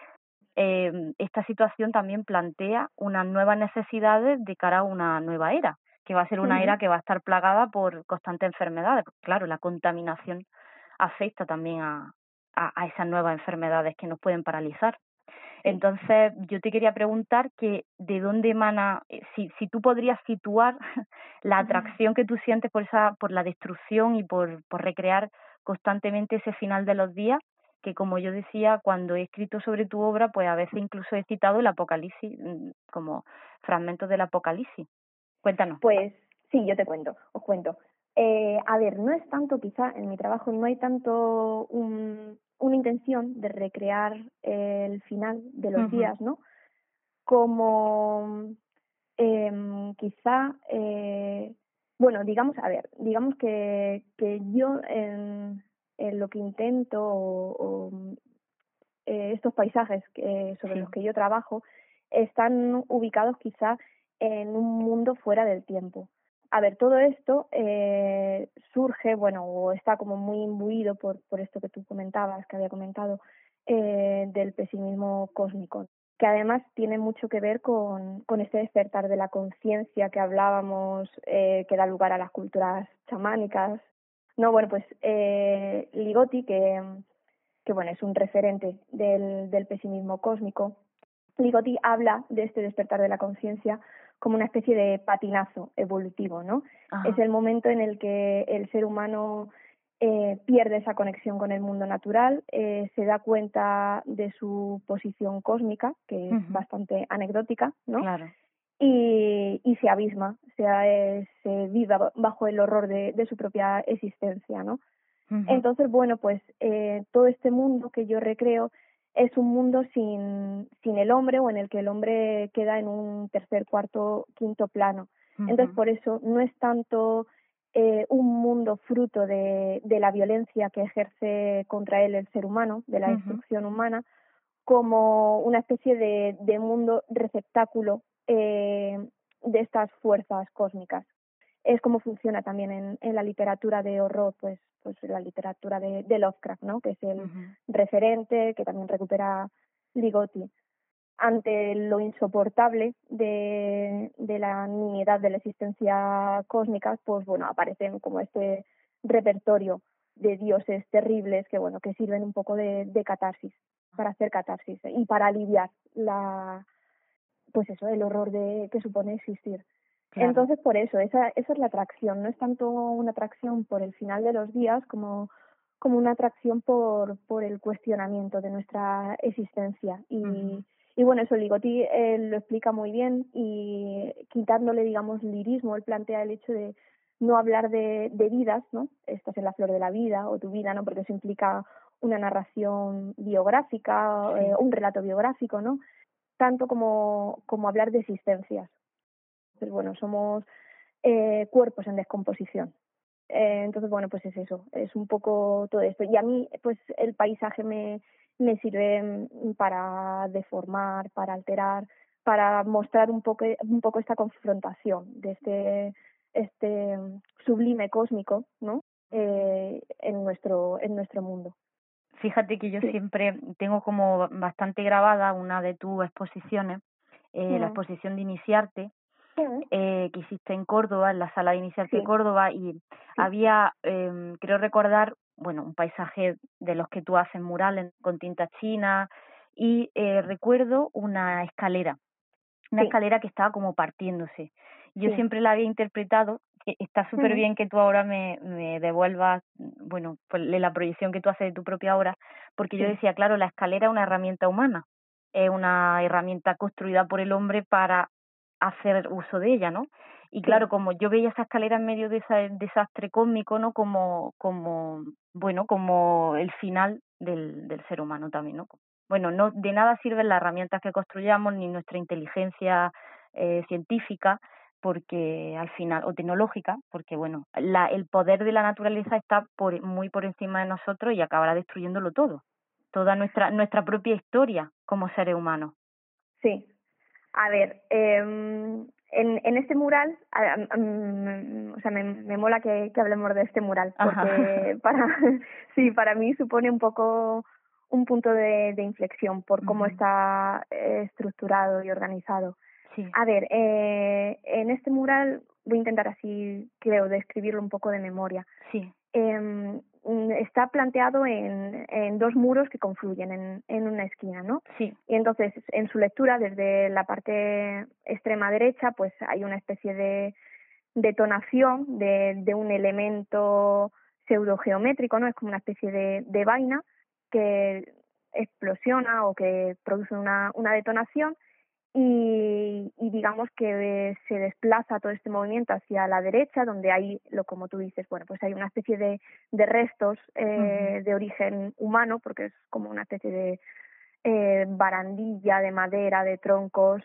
Speaker 2: eh, esta situación también plantea unas nuevas necesidades de cara a una nueva era, que va a ser una
Speaker 3: Mm,
Speaker 2: era que va a estar plagada por constantes enfermedades. Porque, claro, la contaminación afecta también a, a, a esas nuevas enfermedades que nos pueden paralizar.
Speaker 3: sí.
Speaker 2: Entonces, yo te quería preguntar que de dónde emana, eh, si, si tú podrías situar la atracción que tú sientes por esa, por la destrucción y por, por recrear constantemente ese final de los días, que como yo decía, cuando he escrito sobre tu obra, pues a veces incluso he citado el Apocalipsis, mm, como fragmentos del Apocalipsis. Cuéntanos.
Speaker 3: Pues sí, yo te cuento, os cuento. Eh, a ver, no es tanto, quizá en mi trabajo no hay tanto un, una intención de recrear el final de los
Speaker 2: Ujú.
Speaker 3: días, ¿no? Como eh, quizá, eh, bueno, digamos, a ver, digamos que, que yo en, en lo que intento o, o eh, estos paisajes que, sobre
Speaker 2: Sí.
Speaker 3: los que yo trabajo están ubicados quizá en un mundo fuera del tiempo. A ver, todo esto eh, surge, bueno, o está como muy imbuido por, por esto que tú comentabas, que había comentado, eh, del pesimismo cósmico, que además tiene mucho que ver con, con este despertar de la conciencia que hablábamos, eh, que da lugar a las culturas chamánicas. No, bueno, pues eh, Ligotti, que, que bueno, es un referente del, del pesimismo cósmico, Ligotti habla de este despertar de la conciencia como una especie de patinazo evolutivo, ¿no?
Speaker 2: Ajá.
Speaker 3: Es el momento en el que el ser humano eh, pierde esa conexión con el mundo natural, eh, se da cuenta de su posición cósmica, que es
Speaker 2: Ujú.
Speaker 3: bastante anecdótica, ¿no?
Speaker 2: Claro.
Speaker 3: Y, y se abisma, se, eh, se vive bajo el horror de, de su propia existencia, ¿no?
Speaker 2: Ujú.
Speaker 3: Entonces, bueno, pues eh, todo este mundo que yo recreo es un mundo sin, sin el hombre o en el que el hombre queda en un tercer, cuarto, quinto plano. Entonces,
Speaker 2: Ujú.
Speaker 3: por eso no es tanto eh, un mundo fruto de, de la violencia que ejerce contra él el ser humano, de la
Speaker 2: Ujú.
Speaker 3: destrucción humana, como una especie de, de mundo receptáculo eh, de estas fuerzas cósmicas. Es como funciona también en, en la literatura de horror, pues, pues la literatura de, de Lovecraft, ¿no? Que es el
Speaker 2: Ujú.
Speaker 3: referente que también recupera Ligotti. Ante lo insoportable de, de la nimiedad de la existencia cósmica, pues bueno, aparecen como este repertorio de dioses terribles que bueno, que sirven un poco de, de catarsis, para hacer catarsis y para aliviar la, pues eso, el horror de que supone existir.
Speaker 2: Claro.
Speaker 3: Entonces, por eso, esa, esa es la atracción. No es tanto una atracción por el final de los días como, como una atracción por, por el cuestionamiento de nuestra existencia. Y,
Speaker 2: Ujú.
Speaker 3: y bueno, eso Ligotti eh, lo explica muy bien y quitándole, digamos, lirismo, él plantea el hecho de no hablar de, de vidas, ¿no? Estás en la flor de la vida o tu vida, ¿no? Porque eso implica una narración biográfica,
Speaker 2: Sí.
Speaker 3: eh, un relato biográfico, ¿no? Tanto como, como hablar de existencias. Entonces, bueno, somos eh, cuerpos en descomposición. Eh, entonces, bueno, pues es eso, es un poco todo esto. Y a mí, pues el paisaje me, me sirve para deformar, para alterar, para mostrar un poco, un poco esta confrontación de este, este sublime cósmico, ¿no? Eh, en nuestro, en nuestro mundo.
Speaker 2: Fíjate que yo
Speaker 3: Sí.
Speaker 2: siempre tengo como bastante grabada una de tus exposiciones, eh, la
Speaker 3: Mm.
Speaker 2: exposición de Iniciarte,
Speaker 3: Mm.
Speaker 2: eh, que hiciste en Córdoba, en la sala de Iniciarte
Speaker 3: Sí,
Speaker 2: Córdoba, y
Speaker 3: sí,
Speaker 2: había, eh, creo recordar, bueno, un paisaje de los que tú haces murales con tinta china, y eh, recuerdo una escalera, una
Speaker 3: sí,
Speaker 2: escalera que estaba como partiéndose. Yo
Speaker 3: sí.
Speaker 2: siempre la había interpretado, que está súper
Speaker 3: Ujú.
Speaker 2: bien que tú ahora me, me devuelvas, bueno, pues la proyección que tú haces de tu propia obra, porque yo
Speaker 3: Sí,
Speaker 2: decía, claro, la escalera es una herramienta humana, es una herramienta construida por el hombre para hacer uso de ella, ¿no? Y
Speaker 3: sí.
Speaker 2: claro, como yo veía esa escalera en medio de ese desastre cósmico, ¿no? Como, como, bueno, como el final del, del ser humano también, ¿no? Bueno, no de nada sirven las herramientas que construyamos ni nuestra inteligencia eh, científica, porque al final, o tecnológica, porque bueno, la, el poder de la naturaleza está por, muy por encima de nosotros y acabará destruyéndolo todo, toda nuestra nuestra propia historia como seres humanos.
Speaker 3: Sí. A ver, eh, en, en este mural, a, a, a, o sea, me, me mola que, que hablemos de este mural,
Speaker 2: Ajá.
Speaker 3: porque para, sí, para mí supone un poco un punto de, de inflexión por cómo
Speaker 2: Uh-huh.
Speaker 3: está eh, estructurado y organizado.
Speaker 2: Sí.
Speaker 3: A ver, eh, en este mural voy a intentar así, creo, describirlo un poco de memoria.
Speaker 2: Sí.
Speaker 3: Eh, está planteado en, en dos muros que confluyen en, en una esquina, ¿no?
Speaker 2: Sí.
Speaker 3: Y entonces, en su lectura, desde la parte extrema derecha, pues hay una especie de detonación de, de un elemento pseudogeométrico, ¿no? Es como una especie de, de vaina que explosiona o que produce una, una detonación, y, y digamos que se desplaza todo este movimiento hacia la derecha, donde hay, lo como tú dices, bueno, pues hay una especie de, de restos eh, uh-huh. de origen humano, porque es como una especie de eh, barandilla de madera, de troncos,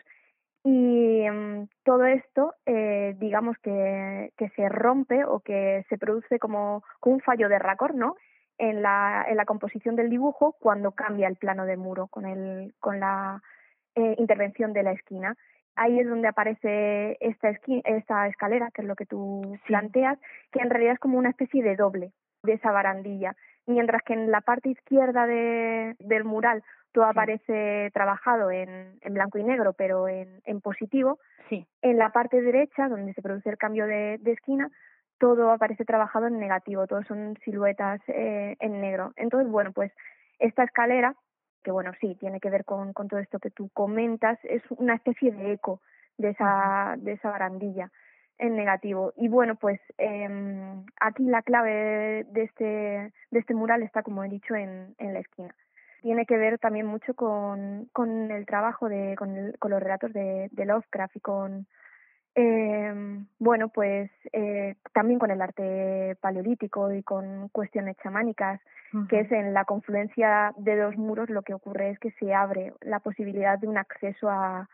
Speaker 3: y um, todo esto, eh, digamos que, que se rompe o que se produce como, como un fallo de raccord, ¿no?, en la, en la composición del dibujo cuando cambia el plano de muro con, el, con la eh, intervención de la esquina. Ahí es donde aparece esta, esqui- esta escalera, que es lo que tú sí. planteas, que en realidad es como una especie de doble de esa barandilla, mientras que en la parte izquierda de, del mural todo sí. aparece trabajado en, en blanco y negro, pero en, en positivo.
Speaker 2: Sí.
Speaker 3: En la parte derecha, donde se produce el cambio de, de esquina, todo aparece trabajado en negativo, todos son siluetas eh, en negro. Entonces, bueno, pues esta escalera, que bueno, sí, tiene que ver con, con todo esto que tú comentas, es una especie de eco de esa, de esa barandilla en negativo. Y bueno, pues eh, aquí la clave de este, de este mural está, como he dicho, en, en la esquina. Tiene que ver también mucho con, con el trabajo, de con, el, con los relatos de, de Lovecraft y con, eh, bueno, pues eh, también con el arte paleolítico y con cuestiones chamánicas, uh-huh. que es en la confluencia de dos muros lo que ocurre es que se abre la posibilidad de un acceso a,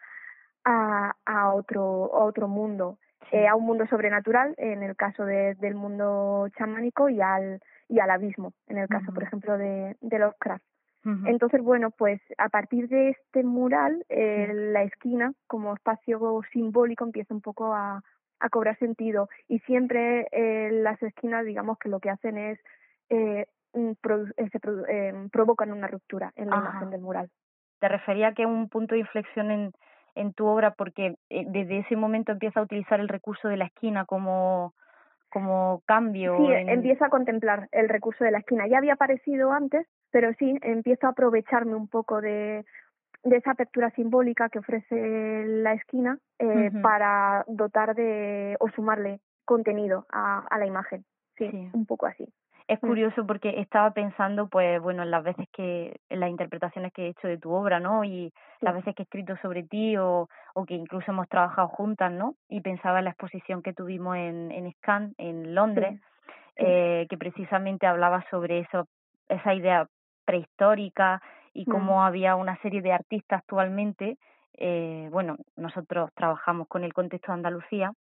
Speaker 3: a, a, otro, a otro mundo, sí. eh, a un mundo sobrenatural en el caso de, del mundo chamánico y al, y al abismo, en el caso, uh-huh. por ejemplo, de, de Lovecraft. Uh-huh. Entonces, bueno, pues a partir de este mural, eh, sí. la esquina como espacio simbólico empieza un poco a, a cobrar sentido y siempre eh, las esquinas, digamos que lo que hacen es eh, produ- eh, se produ- eh, provocan una ruptura en la Ajá. imagen del mural.
Speaker 2: Te refería a que es un punto de inflexión en, en tu obra porque eh, desde ese momento empieza a utilizar el recurso de la esquina como, como cambio.
Speaker 3: Sí,
Speaker 2: en...
Speaker 3: empieza a contemplar el recurso de la esquina. Ya había aparecido antes, pero sí, empiezo a aprovecharme un poco de, de esa apertura simbólica que ofrece la esquina eh, uh-huh. para dotar de o sumarle contenido a, a la imagen. Sí, sí, un poco así.
Speaker 2: Es curioso porque estaba pensando, pues, bueno, en las veces que, en las interpretaciones que he hecho de tu obra, ¿no? Y sí. las veces que he escrito sobre ti o, o que incluso hemos trabajado juntas, ¿no? Y pensaba en la exposición que tuvimos en, en Scan, en Londres, sí. Sí. Eh, que precisamente hablaba sobre eso, esa idea prehistórica y cómo mm. había una serie de artistas actualmente, eh, bueno, nosotros trabajamos con el contexto de Andalucía,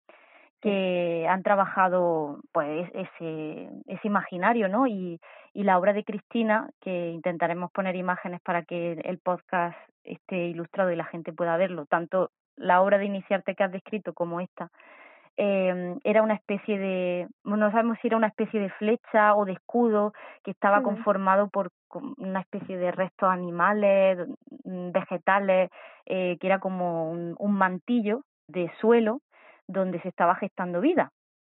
Speaker 2: que han trabajado pues ese ese imaginario, ¿no? Y, y la obra de Cristina, que intentaremos poner imágenes para que el podcast esté ilustrado y la gente pueda verlo, tanto la obra de Iniciarte que has descrito como esta, eh, era una especie de, no sabemos si era una especie de flecha o de escudo que estaba sí. conformado por una especie de restos animales, vegetales, eh, que era como un, un mantillo de suelo donde se estaba gestando vida.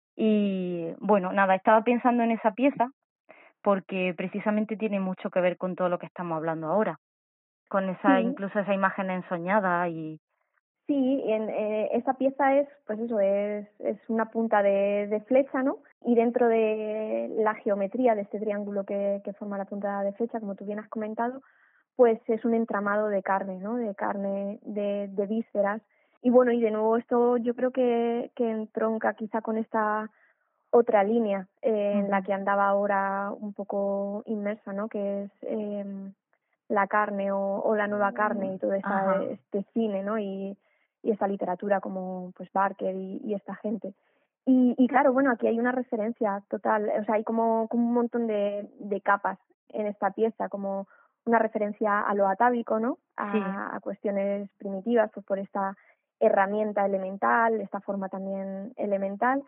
Speaker 2: Y bueno, nada, estaba pensando en esa pieza porque precisamente tiene mucho que ver con todo lo que estamos hablando ahora, con esa sí. incluso esa imagen ensoñada y
Speaker 3: sí, en eh, esa pieza es pues eso, es es una punta de, de flecha, ¿no? Y dentro de la geometría de este triángulo que, que forma la punta de flecha, como tú bien has comentado, pues es un entramado de carne, ¿no? De carne, de, de vísceras. Y bueno, y de nuevo esto yo creo que, que entronca quizá con esta otra línea eh, uh-huh. en la que andaba ahora un poco inmersa, ¿no? Que es eh, la carne o, o la nueva carne y todo esa, uh-huh. este cine, ¿no? Y, y esta literatura como pues Barker y, y esta gente. Y, y claro, bueno, aquí hay una referencia total, o sea, hay como, como un montón de, de capas en esta pieza, como una referencia a lo atávico, ¿no? A,
Speaker 2: sí.
Speaker 3: a cuestiones primitivas, pues por esta herramienta elemental, esta forma también elemental,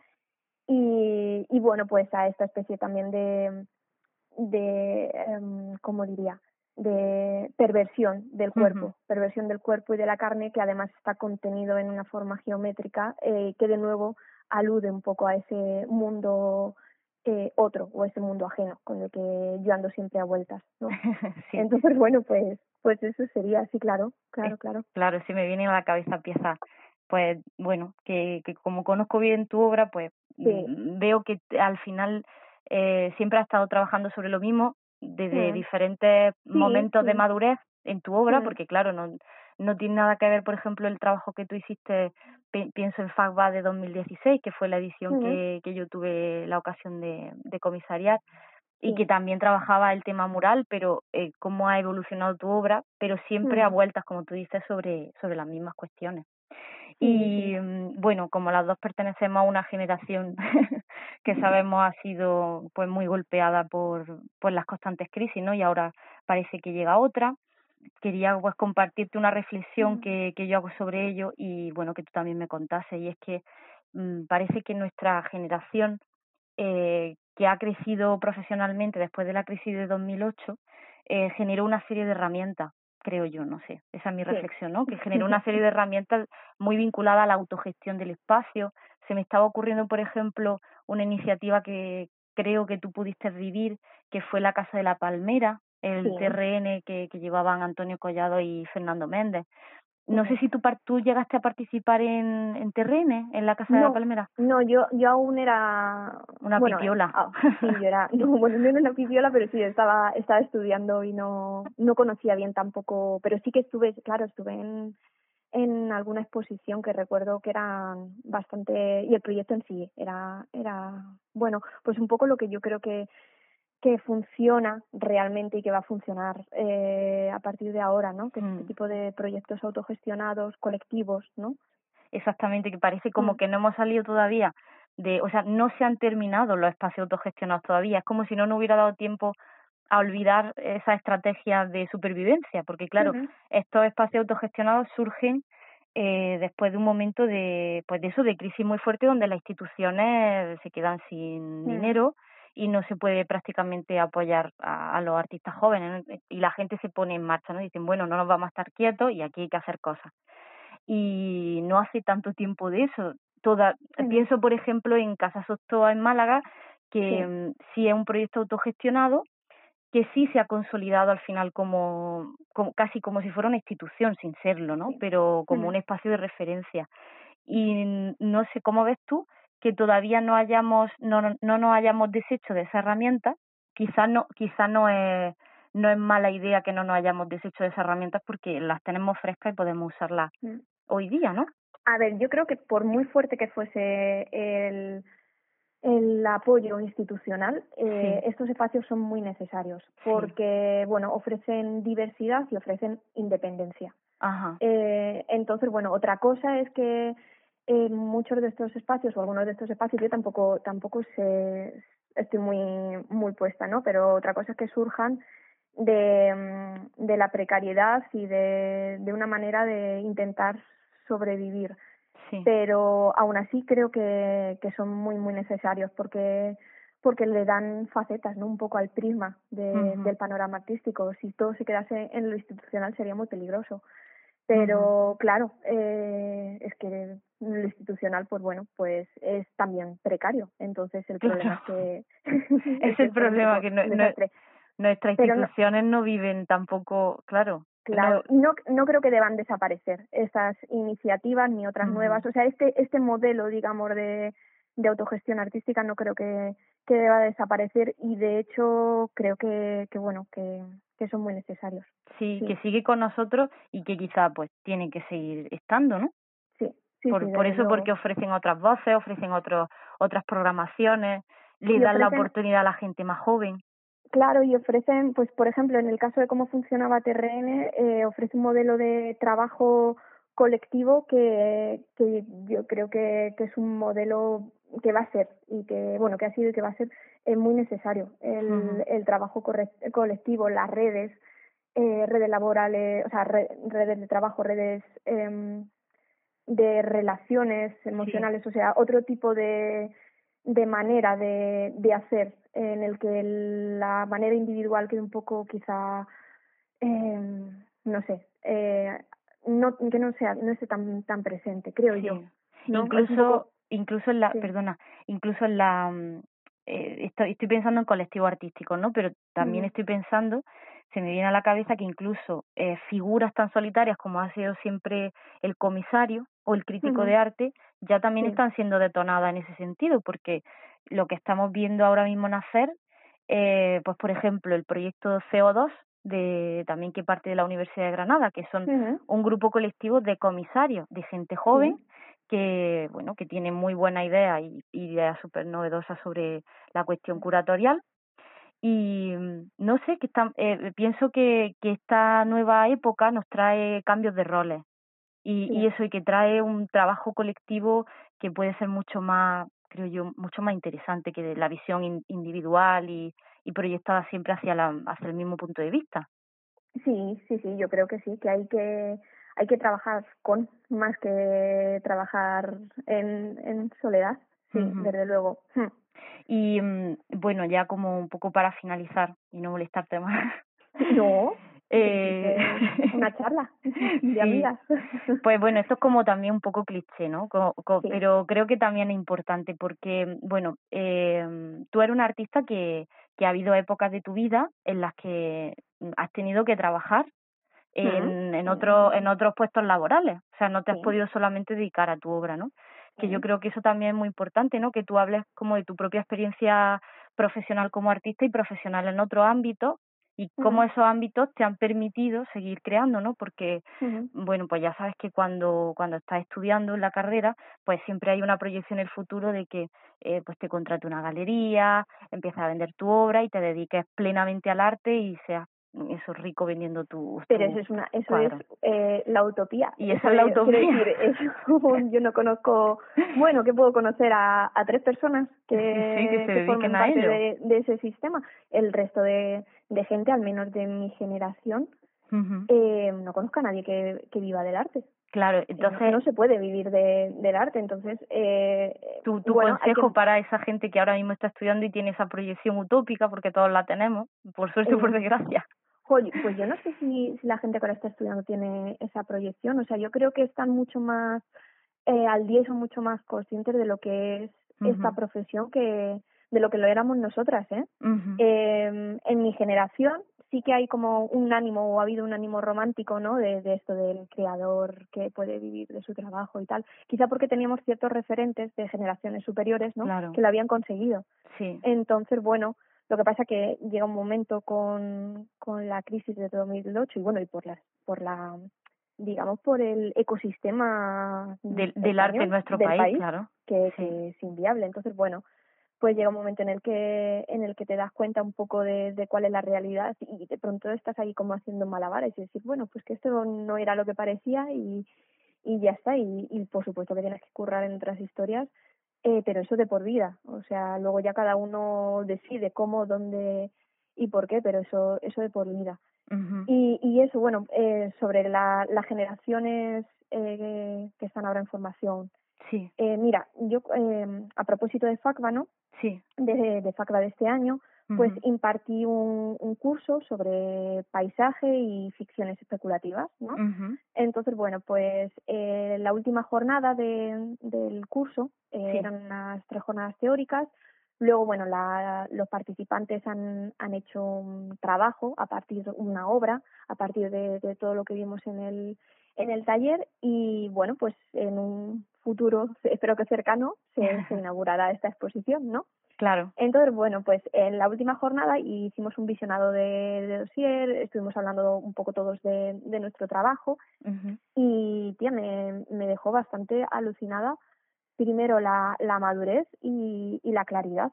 Speaker 3: y, y bueno, pues a esta especie también de, de um, ¿cómo diría?, de perversión del cuerpo, uh-huh. perversión del cuerpo y de la carne, que además está contenido en una forma geométrica, eh, que de nuevo alude un poco a ese mundo eh, otro o ese mundo ajeno con el que yo ando siempre a vueltas, ¿no? sí. Entonces, bueno, pues pues eso sería, sí, claro, claro,
Speaker 2: es,
Speaker 3: claro.
Speaker 2: Claro, sí me viene a la cabeza piezas, pues bueno, que, que como conozco bien tu obra, pues sí. veo que al final eh, siempre has estado trabajando sobre lo mismo desde sí. diferentes
Speaker 3: sí,
Speaker 2: momentos
Speaker 3: sí.
Speaker 2: de madurez en tu obra,
Speaker 3: sí.
Speaker 2: porque claro, no no tiene nada que ver, por ejemplo, el trabajo que tú hiciste, pi- pienso en FACBA de dos mil dieciséis, que fue la edición
Speaker 3: Ujú.
Speaker 2: que, que yo tuve la ocasión de, de comisariar, y
Speaker 3: Sí.
Speaker 2: que también trabajaba el tema mural, pero eh, cómo ha evolucionado tu obra, pero siempre a
Speaker 3: Mm.
Speaker 2: vueltas, como tú dices, sobre, sobre las mismas cuestiones.
Speaker 3: Sí, sí.
Speaker 2: Y mm, bueno, como las dos pertenecemos a una generación que sabemos ha sido pues muy golpeada por, por las constantes crisis, ¿no? Y ahora parece que llega otra. Quería pues compartirte una reflexión
Speaker 3: Mm.
Speaker 2: que, que yo hago sobre ello y bueno, que tú también me contases, y es que mm, parece que nuestra generación eh, que ha crecido profesionalmente después de la crisis de dos mil ocho, eh, generó una serie de herramientas, creo yo, no sé, esa es mi
Speaker 3: Sí.
Speaker 2: reflexión, ¿no? Que generó una serie de herramientas muy vinculadas a la autogestión del espacio. Se me estaba ocurriendo, por ejemplo, una iniciativa que creo que tú pudiste vivir, que fue la Casa de la Palmera,
Speaker 3: Sí.
Speaker 2: el T R N que, que llevaban Antonio Collado y Fernando Méndez. No sé
Speaker 3: Ujú.
Speaker 2: si tú, par- tú llegaste a participar en, en T R N, en la Casa de la
Speaker 3: No,
Speaker 2: Palmera,
Speaker 3: no, yo, yo aún era,
Speaker 2: una
Speaker 3: bueno, eh,
Speaker 2: pipiola.
Speaker 3: ah, sí, yo era, no, bueno, no era una pipiola, pero sí, estaba, estaba estudiando y no, no conocía bien tampoco, pero sí que estuve, claro, estuve en, en alguna exposición que recuerdo que eran bastante, y el proyecto en sí era, era, bueno, pues un poco lo que yo creo que, que funciona realmente y que va a funcionar eh, a partir de ahora, ¿no? Que es este
Speaker 2: Mm.
Speaker 3: tipo de proyectos autogestionados, colectivos, ¿no?
Speaker 2: Exactamente, que parece como
Speaker 3: Mm.
Speaker 2: que no hemos salido todavía de, o sea, no se han terminado los espacios autogestionados todavía, es como si no nos hubiera dado tiempo a olvidar esas estrategias de supervivencia, porque claro,
Speaker 3: Ujú.
Speaker 2: estos espacios autogestionados surgen eh, después de un momento de, pues de eso, de crisis muy fuerte donde las instituciones se quedan sin
Speaker 3: Mm.
Speaker 2: dinero y no se puede prácticamente apoyar a, a los artistas jóvenes, ¿no? Y la gente se pone en marcha, ¿no? Dicen, bueno, no nos vamos a estar quietos y aquí hay que hacer cosas, y no hace tanto tiempo de eso. Toda,
Speaker 3: Ujú.
Speaker 2: pienso, por ejemplo, en Casa Sostoa en Málaga, que
Speaker 3: Sí.
Speaker 2: mm, sí es un proyecto autogestionado, que sí se ha consolidado al final como, como casi como si fuera una institución, sin serlo, ¿no?
Speaker 3: Sí.
Speaker 2: Pero como
Speaker 3: Ujú.
Speaker 2: un espacio de referencia. Y no sé cómo ves tú que todavía no hayamos, no, no, no nos hayamos deshecho de esa herramienta. Quizás no, quizás no es, no es mala idea que no nos hayamos deshecho de esas herramientas porque las tenemos frescas y podemos usarlas
Speaker 3: Mm.
Speaker 2: hoy día, ¿no?
Speaker 3: A ver, yo creo que por muy fuerte que fuese el, el apoyo institucional, eh,
Speaker 2: Sí,
Speaker 3: estos espacios son muy necesarios
Speaker 2: sí,
Speaker 3: porque, bueno, ofrecen diversidad y ofrecen independencia.
Speaker 2: ajá,
Speaker 3: Eh, entonces, bueno, otra cosa es que en muchos de estos espacios o algunos de estos espacios yo tampoco tampoco sé, estoy muy muy puesta, ¿no? Pero otra cosa es que surjan de, mm, de la precariedad y de, de una manera de intentar sobrevivir.
Speaker 2: sí,
Speaker 3: Pero aún así creo que, que son muy muy necesarios porque porque le dan facetas, ¿no? Un poco al prisma de,
Speaker 2: ujú,
Speaker 3: del panorama artístico. Si todo se quedase en lo institucional sería muy peligroso.
Speaker 2: ujú.
Speaker 3: Pero claro, eh, es que lo institucional, pues bueno, pues es también precario. Entonces el problema
Speaker 2: Claro,
Speaker 3: es que es
Speaker 2: es
Speaker 3: que
Speaker 2: el
Speaker 3: esto es un
Speaker 2: problema,
Speaker 3: poco
Speaker 2: que no,
Speaker 3: un
Speaker 2: no,
Speaker 3: desastre.
Speaker 2: nuestras
Speaker 3: Pero no,
Speaker 2: instituciones no viven tampoco, claro, no,
Speaker 3: claro, no, no creo que deban desaparecer estas iniciativas ni otras
Speaker 2: ujú.
Speaker 3: nuevas. O sea, este este modelo, digamos, de, de autogestión artística no creo que, que deba desaparecer y de hecho creo que, que bueno, que, que son muy necesarios.
Speaker 2: Sí,
Speaker 3: Sí,
Speaker 2: que sigue con nosotros y que quizá pues tiene que seguir estando, ¿no?
Speaker 3: sí, sí, sí,
Speaker 2: Por, por
Speaker 3: desde
Speaker 2: eso,
Speaker 3: luego.
Speaker 2: porque ofrecen otras voces, ofrecen otros, otras programaciones, le
Speaker 3: Y
Speaker 2: dan la
Speaker 3: ofrecen
Speaker 2: oportunidad a la gente más joven.
Speaker 3: Claro, y ofrecen, pues por ejemplo, en el caso de cómo funcionaba T R N, eh, ofrece un modelo de trabajo colectivo que, que yo creo que, que es un modelo que va a ser y que, bueno, que ha sido y que va a ser eh, muy necesario. El,
Speaker 2: Ujú.
Speaker 3: el trabajo corre- colectivo, las redes, eh, redes laborales, o sea, re- redes de trabajo, redes em, de relaciones
Speaker 2: Sí,
Speaker 3: emocionales, o sea, otro tipo de, de manera de, de hacer en el que la manera individual quede un poco quizá, eh, no sé, eh, no, que no sea, no esté tan, tan presente, creo yo,
Speaker 2: sí.
Speaker 3: ¿no? Es un
Speaker 2: Incluso,
Speaker 3: poco,
Speaker 2: incluso en la,
Speaker 3: sí.
Speaker 2: perdona, incluso en la, mm, eh, estoy, estoy pensando en colectivos artísticos, ¿no? Pero también
Speaker 3: Mm.
Speaker 2: estoy pensando, se me viene a la cabeza que incluso eh, figuras tan solitarias como ha sido siempre el comisario o el crítico
Speaker 3: Ujú.
Speaker 2: de arte, ya también
Speaker 3: Sí.
Speaker 2: están siendo detonadas en ese sentido, porque lo que estamos viendo ahora mismo nacer, eh, pues por ejemplo, el proyecto C O dos, de también que parte de la Universidad de Granada, que son
Speaker 3: Ujú.
Speaker 2: un grupo colectivo de comisarios, de gente joven,
Speaker 3: Sí.
Speaker 2: que bueno que tiene muy buena idea y, y ideas súper novedosas sobre la cuestión curatorial. Y mm, no sé, que está, eh, pienso que, que esta nueva época nos trae cambios de roles y, y
Speaker 3: Sí.
Speaker 2: eso, y que trae un trabajo colectivo que puede ser mucho más, creo yo, mucho más interesante que de la visión in- individual y, y proyectada siempre hacia la, hacia el mismo punto de vista.
Speaker 3: Sí, sí, sí, yo creo que sí, que hay que hay que trabajar con más que trabajar en, en soledad, sí,
Speaker 2: Ujú.
Speaker 3: desde luego. Hmm.
Speaker 2: Y mm, bueno, ya como un poco para finalizar y no molestarte más.
Speaker 3: No, que sí,
Speaker 2: eh,
Speaker 3: que es una charla de
Speaker 2: sí,
Speaker 3: amigas.
Speaker 2: pues bueno, esto es como también un poco cliché, ¿no? Co- co-
Speaker 3: Sí.
Speaker 2: pero creo que también es importante porque, bueno, eh, tú eres una artista que, que ha habido épocas de tu vida en las que has tenido que trabajar
Speaker 3: Mm,
Speaker 2: en, en, otro,
Speaker 3: mm,
Speaker 2: en otros puestos laborales, o sea, no te has
Speaker 3: sí,
Speaker 2: podido solamente dedicar a tu obra, ¿no? Que yo
Speaker 3: sí.
Speaker 2: creo que eso también es muy importante, ¿no? Que tú hables como de tu propia experiencia profesional como artista y profesional en otro ámbito y cómo
Speaker 3: Mm,
Speaker 2: esos ámbitos te han permitido seguir creando, ¿no? Porque,
Speaker 3: mm.
Speaker 2: bueno, pues ya sabes que cuando, cuando estás estudiando en la carrera, pues siempre hay una proyección en el futuro de que eh, pues te contrate una galería, empieces a vender tu obra y te dediques plenamente al arte y seas eso rico vendiendo tus
Speaker 3: Pero eso
Speaker 2: tu
Speaker 3: es una, eso es
Speaker 2: cuadros.
Speaker 3: eh, la utopía.
Speaker 2: Y eso
Speaker 3: Eso
Speaker 2: es la
Speaker 3: de, quiero
Speaker 2: utopía.
Speaker 3: decir, eso yo no conozco, bueno, que puedo conocer a, a tres personas
Speaker 2: Sí, sí, que
Speaker 3: que,
Speaker 2: se
Speaker 3: que
Speaker 2: dediquen
Speaker 3: formen
Speaker 2: a
Speaker 3: parte
Speaker 2: ello.
Speaker 3: de, de ese sistema. El resto de, de gente, al menos de mi generación,
Speaker 2: Ujú.
Speaker 3: eh, no conozco a nadie que, que viva del arte.
Speaker 2: Claro,
Speaker 3: Eh, no,
Speaker 2: entonces
Speaker 3: no se puede vivir de, del arte, entonces, eh,
Speaker 2: tu, tu
Speaker 3: bueno, hay que,
Speaker 2: consejo para esa gente que ahora mismo está estudiando y tiene esa proyección utópica, porque todos la tenemos, por suerte o por
Speaker 3: eh,
Speaker 2: desgracia.
Speaker 3: Joder, pues yo no sé si, si la gente que ahora está estudiando tiene esa proyección. O sea, yo creo que están mucho más eh, al día y son mucho más conscientes de lo que es esta
Speaker 2: Ujú,
Speaker 3: profesión que de lo que lo éramos nosotras, ¿eh?
Speaker 2: ujú.
Speaker 3: Eh, en mi generación sí que hay como un ánimo o ha habido un ánimo romántico, ¿no? De, de esto del creador que puede vivir de su trabajo y tal. Quizá porque teníamos ciertos referentes de generaciones superiores, ¿no?
Speaker 2: Claro,
Speaker 3: Que lo habían conseguido.
Speaker 2: sí.
Speaker 3: Entonces, bueno, lo que pasa es que llega un momento con, con la crisis de dos mil ocho y bueno, y por la, por la, digamos, por el ecosistema
Speaker 2: Del, del arte en
Speaker 3: español,
Speaker 2: nuestro
Speaker 3: del
Speaker 2: país,
Speaker 3: país,
Speaker 2: claro.
Speaker 3: que,
Speaker 2: Sí.
Speaker 3: que es inviable. Entonces, bueno, pues llega un momento en el que en el que te das cuenta un poco de, de cuál es la realidad y de pronto estás ahí como haciendo malabares y decir, bueno, pues que esto no era lo que parecía y, y ya está. Y, y por supuesto que tienes que currar en otras historias, eh, pero eso de por vida. O sea, luego ya cada uno decide cómo, dónde y por qué, pero eso eso de por vida.
Speaker 2: Ujú.
Speaker 3: Y, y eso, bueno, eh, sobre la, las generaciones eh, que están ahora en formación.
Speaker 2: Sí,
Speaker 3: Eh, mira, yo eh, a propósito de FACBA, ¿no?
Speaker 2: sí.
Speaker 3: de, de FACBA de este año, pues
Speaker 2: Ujú.
Speaker 3: impartí un, un curso sobre paisaje y ficciones especulativas, ¿no?
Speaker 2: Ujú.
Speaker 3: Entonces, bueno, pues eh, la última jornada de, del curso eh,
Speaker 2: Sí,
Speaker 3: eran unas tres jornadas teóricas. Luego, bueno, la, los participantes han, han hecho un trabajo a partir de una obra, a partir de, de todo lo que vimos en el, en el taller y, bueno, pues en un futuro, espero que cercano, se, se inaugurará esta exposición, ¿no?
Speaker 2: claro.
Speaker 3: Entonces, bueno, pues en la última jornada hicimos un visionado de, de dossier, estuvimos hablando un poco todos de, de nuestro trabajo
Speaker 2: Ujú.
Speaker 3: y, tía, me, me dejó bastante alucinada, primero la, la madurez y, y la claridad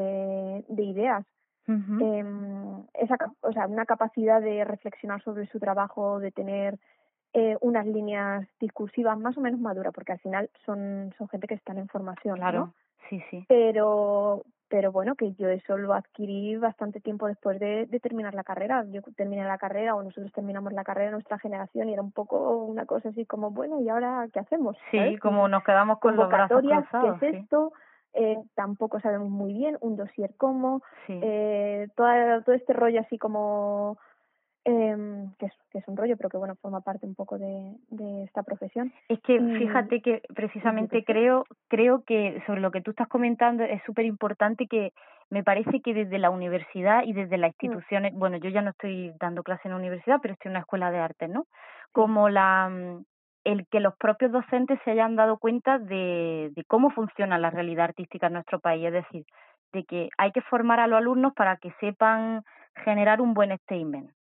Speaker 3: de, de ideas.
Speaker 2: Ujú.
Speaker 3: Eh, esa, o sea, una capacidad de reflexionar sobre su trabajo, de tener eh, unas líneas discursivas más o menos maduras, porque al final son, son gente que están en formación, ¿no?
Speaker 2: Claro, sí, sí.
Speaker 3: pero pero bueno, que yo eso lo adquirí bastante tiempo después de, de terminar la carrera. Yo terminé la carrera o nosotros terminamos la carrera en nuestra generación y era un poco una cosa así como, bueno, ¿y ahora qué hacemos?
Speaker 2: Sí,
Speaker 3: ¿Sabes?
Speaker 2: como nos quedamos con los brazos
Speaker 3: Convocatorias, ¿qué
Speaker 2: cruzados,
Speaker 3: es
Speaker 2: sí.
Speaker 3: esto? Eh, tampoco sabemos muy bien, un dossier cómo,
Speaker 2: Sí.
Speaker 3: eh, toda, todo este rollo así como eh, que, es, que es un rollo, pero que bueno, forma parte un poco de, de esta profesión.
Speaker 2: Es que
Speaker 3: Y,
Speaker 2: fíjate que
Speaker 3: y yo qué
Speaker 2: precisamente
Speaker 3: sé.
Speaker 2: creo creo que sobre lo que tú estás comentando es súper importante que me parece que desde la universidad y desde las
Speaker 3: Mm,
Speaker 2: instituciones, bueno, yo ya no estoy dando clase en la universidad, pero estoy en una escuela de arte, ¿no?
Speaker 3: sí.
Speaker 2: Como la mm, el que los propios docentes se hayan dado cuenta de, de cómo funciona la realidad artística en nuestro país, es decir, de que hay que formar a los alumnos para que sepan generar un buen statement,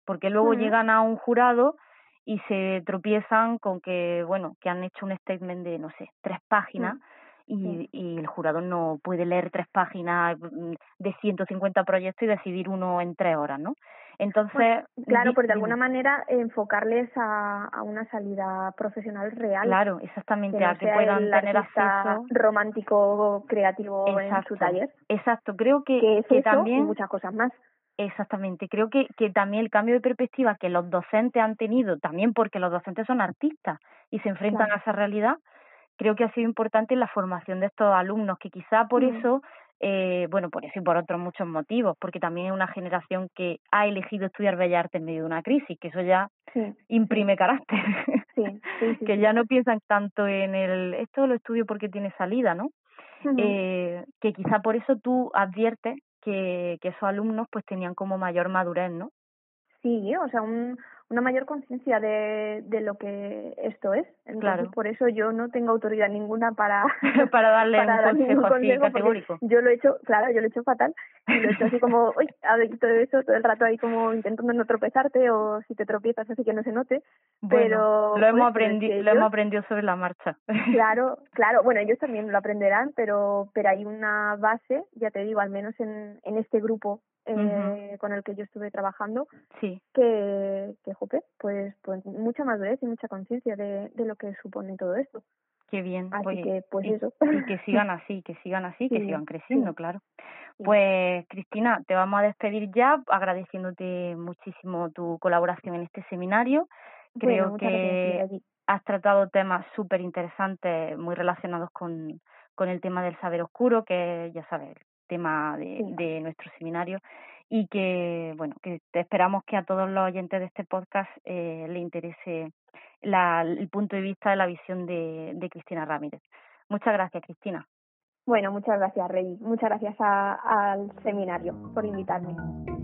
Speaker 2: porque luego
Speaker 3: Ujú.
Speaker 2: llegan a un jurado y se tropiezan con que, bueno, que han hecho un statement de, no sé, tres páginas
Speaker 3: Mm,
Speaker 2: y,
Speaker 3: sí.
Speaker 2: y el jurado no puede leer tres páginas mm, de ciento cincuenta proyectos y decidir uno en tres horas, ¿no?
Speaker 3: Pues
Speaker 2: Entonces,
Speaker 3: claro,
Speaker 2: di,
Speaker 3: pues de alguna
Speaker 2: dime,
Speaker 3: manera enfocarles a, a una salida profesional real,
Speaker 2: claro,
Speaker 3: que
Speaker 2: exactamente,
Speaker 3: no
Speaker 2: a que
Speaker 3: sea
Speaker 2: puedan
Speaker 3: el
Speaker 2: tener
Speaker 3: artista
Speaker 2: acceso,
Speaker 3: romántico creativo en su
Speaker 2: exacto,
Speaker 3: taller,
Speaker 2: exacto, creo que,
Speaker 3: que es
Speaker 2: que
Speaker 3: eso y
Speaker 2: también,
Speaker 3: muchas cosas más.
Speaker 2: exactamente, creo que, que también el cambio de perspectiva que los docentes han tenido, también porque los docentes son artistas y se enfrentan
Speaker 3: Claro.
Speaker 2: a esa realidad, creo que ha sido importante en la formación de estos alumnos, que quizá por
Speaker 3: Mm,
Speaker 2: eso, eh, bueno, por eso y por otros muchos motivos, porque también es una generación que ha elegido estudiar Bellas Artes en medio de una crisis, que eso ya
Speaker 3: sí, sí,
Speaker 2: imprime carácter,
Speaker 3: sí, sí, sí,
Speaker 2: que
Speaker 3: sí.
Speaker 2: ya no piensan tanto en el, esto lo estudio porque tiene salida, ¿no?
Speaker 3: Ujú.
Speaker 2: Eh, que quizá por eso tú adviertes que, que esos alumnos pues tenían como mayor madurez, ¿no?
Speaker 3: Sí, o sea, un, una mayor conciencia de, de lo que esto es. Entonces,
Speaker 2: Claro,
Speaker 3: por eso yo no tengo autoridad ninguna para,
Speaker 2: para darle un
Speaker 3: para dar
Speaker 2: consejo
Speaker 3: ningún
Speaker 2: así
Speaker 3: consejo, porque
Speaker 2: categórico.
Speaker 3: yo lo he hecho, claro, yo lo he hecho fatal y lo he hecho así como, uy, a ver, todo eso, todo el rato ahí como intentando no tropezarte o si te tropiezas así que no se note,
Speaker 2: Bueno,
Speaker 3: pero,
Speaker 2: lo hemos
Speaker 3: joder, pero es
Speaker 2: aprendi
Speaker 3: que
Speaker 2: lo hemos
Speaker 3: ellos,
Speaker 2: aprendido sobre la marcha.
Speaker 3: claro, claro, bueno, ellos también lo aprenderán, pero, pero hay una base, ya te digo, al menos en, en este grupo
Speaker 2: Ujú,
Speaker 3: eh, con el que yo estuve trabajando,
Speaker 2: sí,
Speaker 3: que, que jope, pues, pues mucha madurez y mucha conciencia de, de lo que supone todo esto.
Speaker 2: qué bien.
Speaker 3: Así
Speaker 2: Pues
Speaker 3: que, pues
Speaker 2: y,
Speaker 3: eso.
Speaker 2: y que sigan así, que sigan así, que
Speaker 3: Sí,
Speaker 2: sigan creciendo,
Speaker 3: sí,
Speaker 2: claro.
Speaker 3: sí.
Speaker 2: Pues Cristina, te vamos a despedir ya agradeciéndote muchísimo tu colaboración en este seminario.
Speaker 3: Bueno,
Speaker 2: Creo
Speaker 3: muchas gracias a ti,
Speaker 2: que
Speaker 3: Reggie.
Speaker 2: has tratado temas súper interesantes, muy relacionados con, con el tema del saber oscuro, que ya sabes, el tema de,
Speaker 3: Sí,
Speaker 2: de nuestro seminario, y que, bueno, que te esperamos que a todos los oyentes de este podcast eh, le interese la, el punto de vista de la visión de, de Cristina Ramírez. Muchas gracias, Cristina.
Speaker 3: bueno, muchas gracias, Reggie. Muchas gracias a, al seminario por invitarme.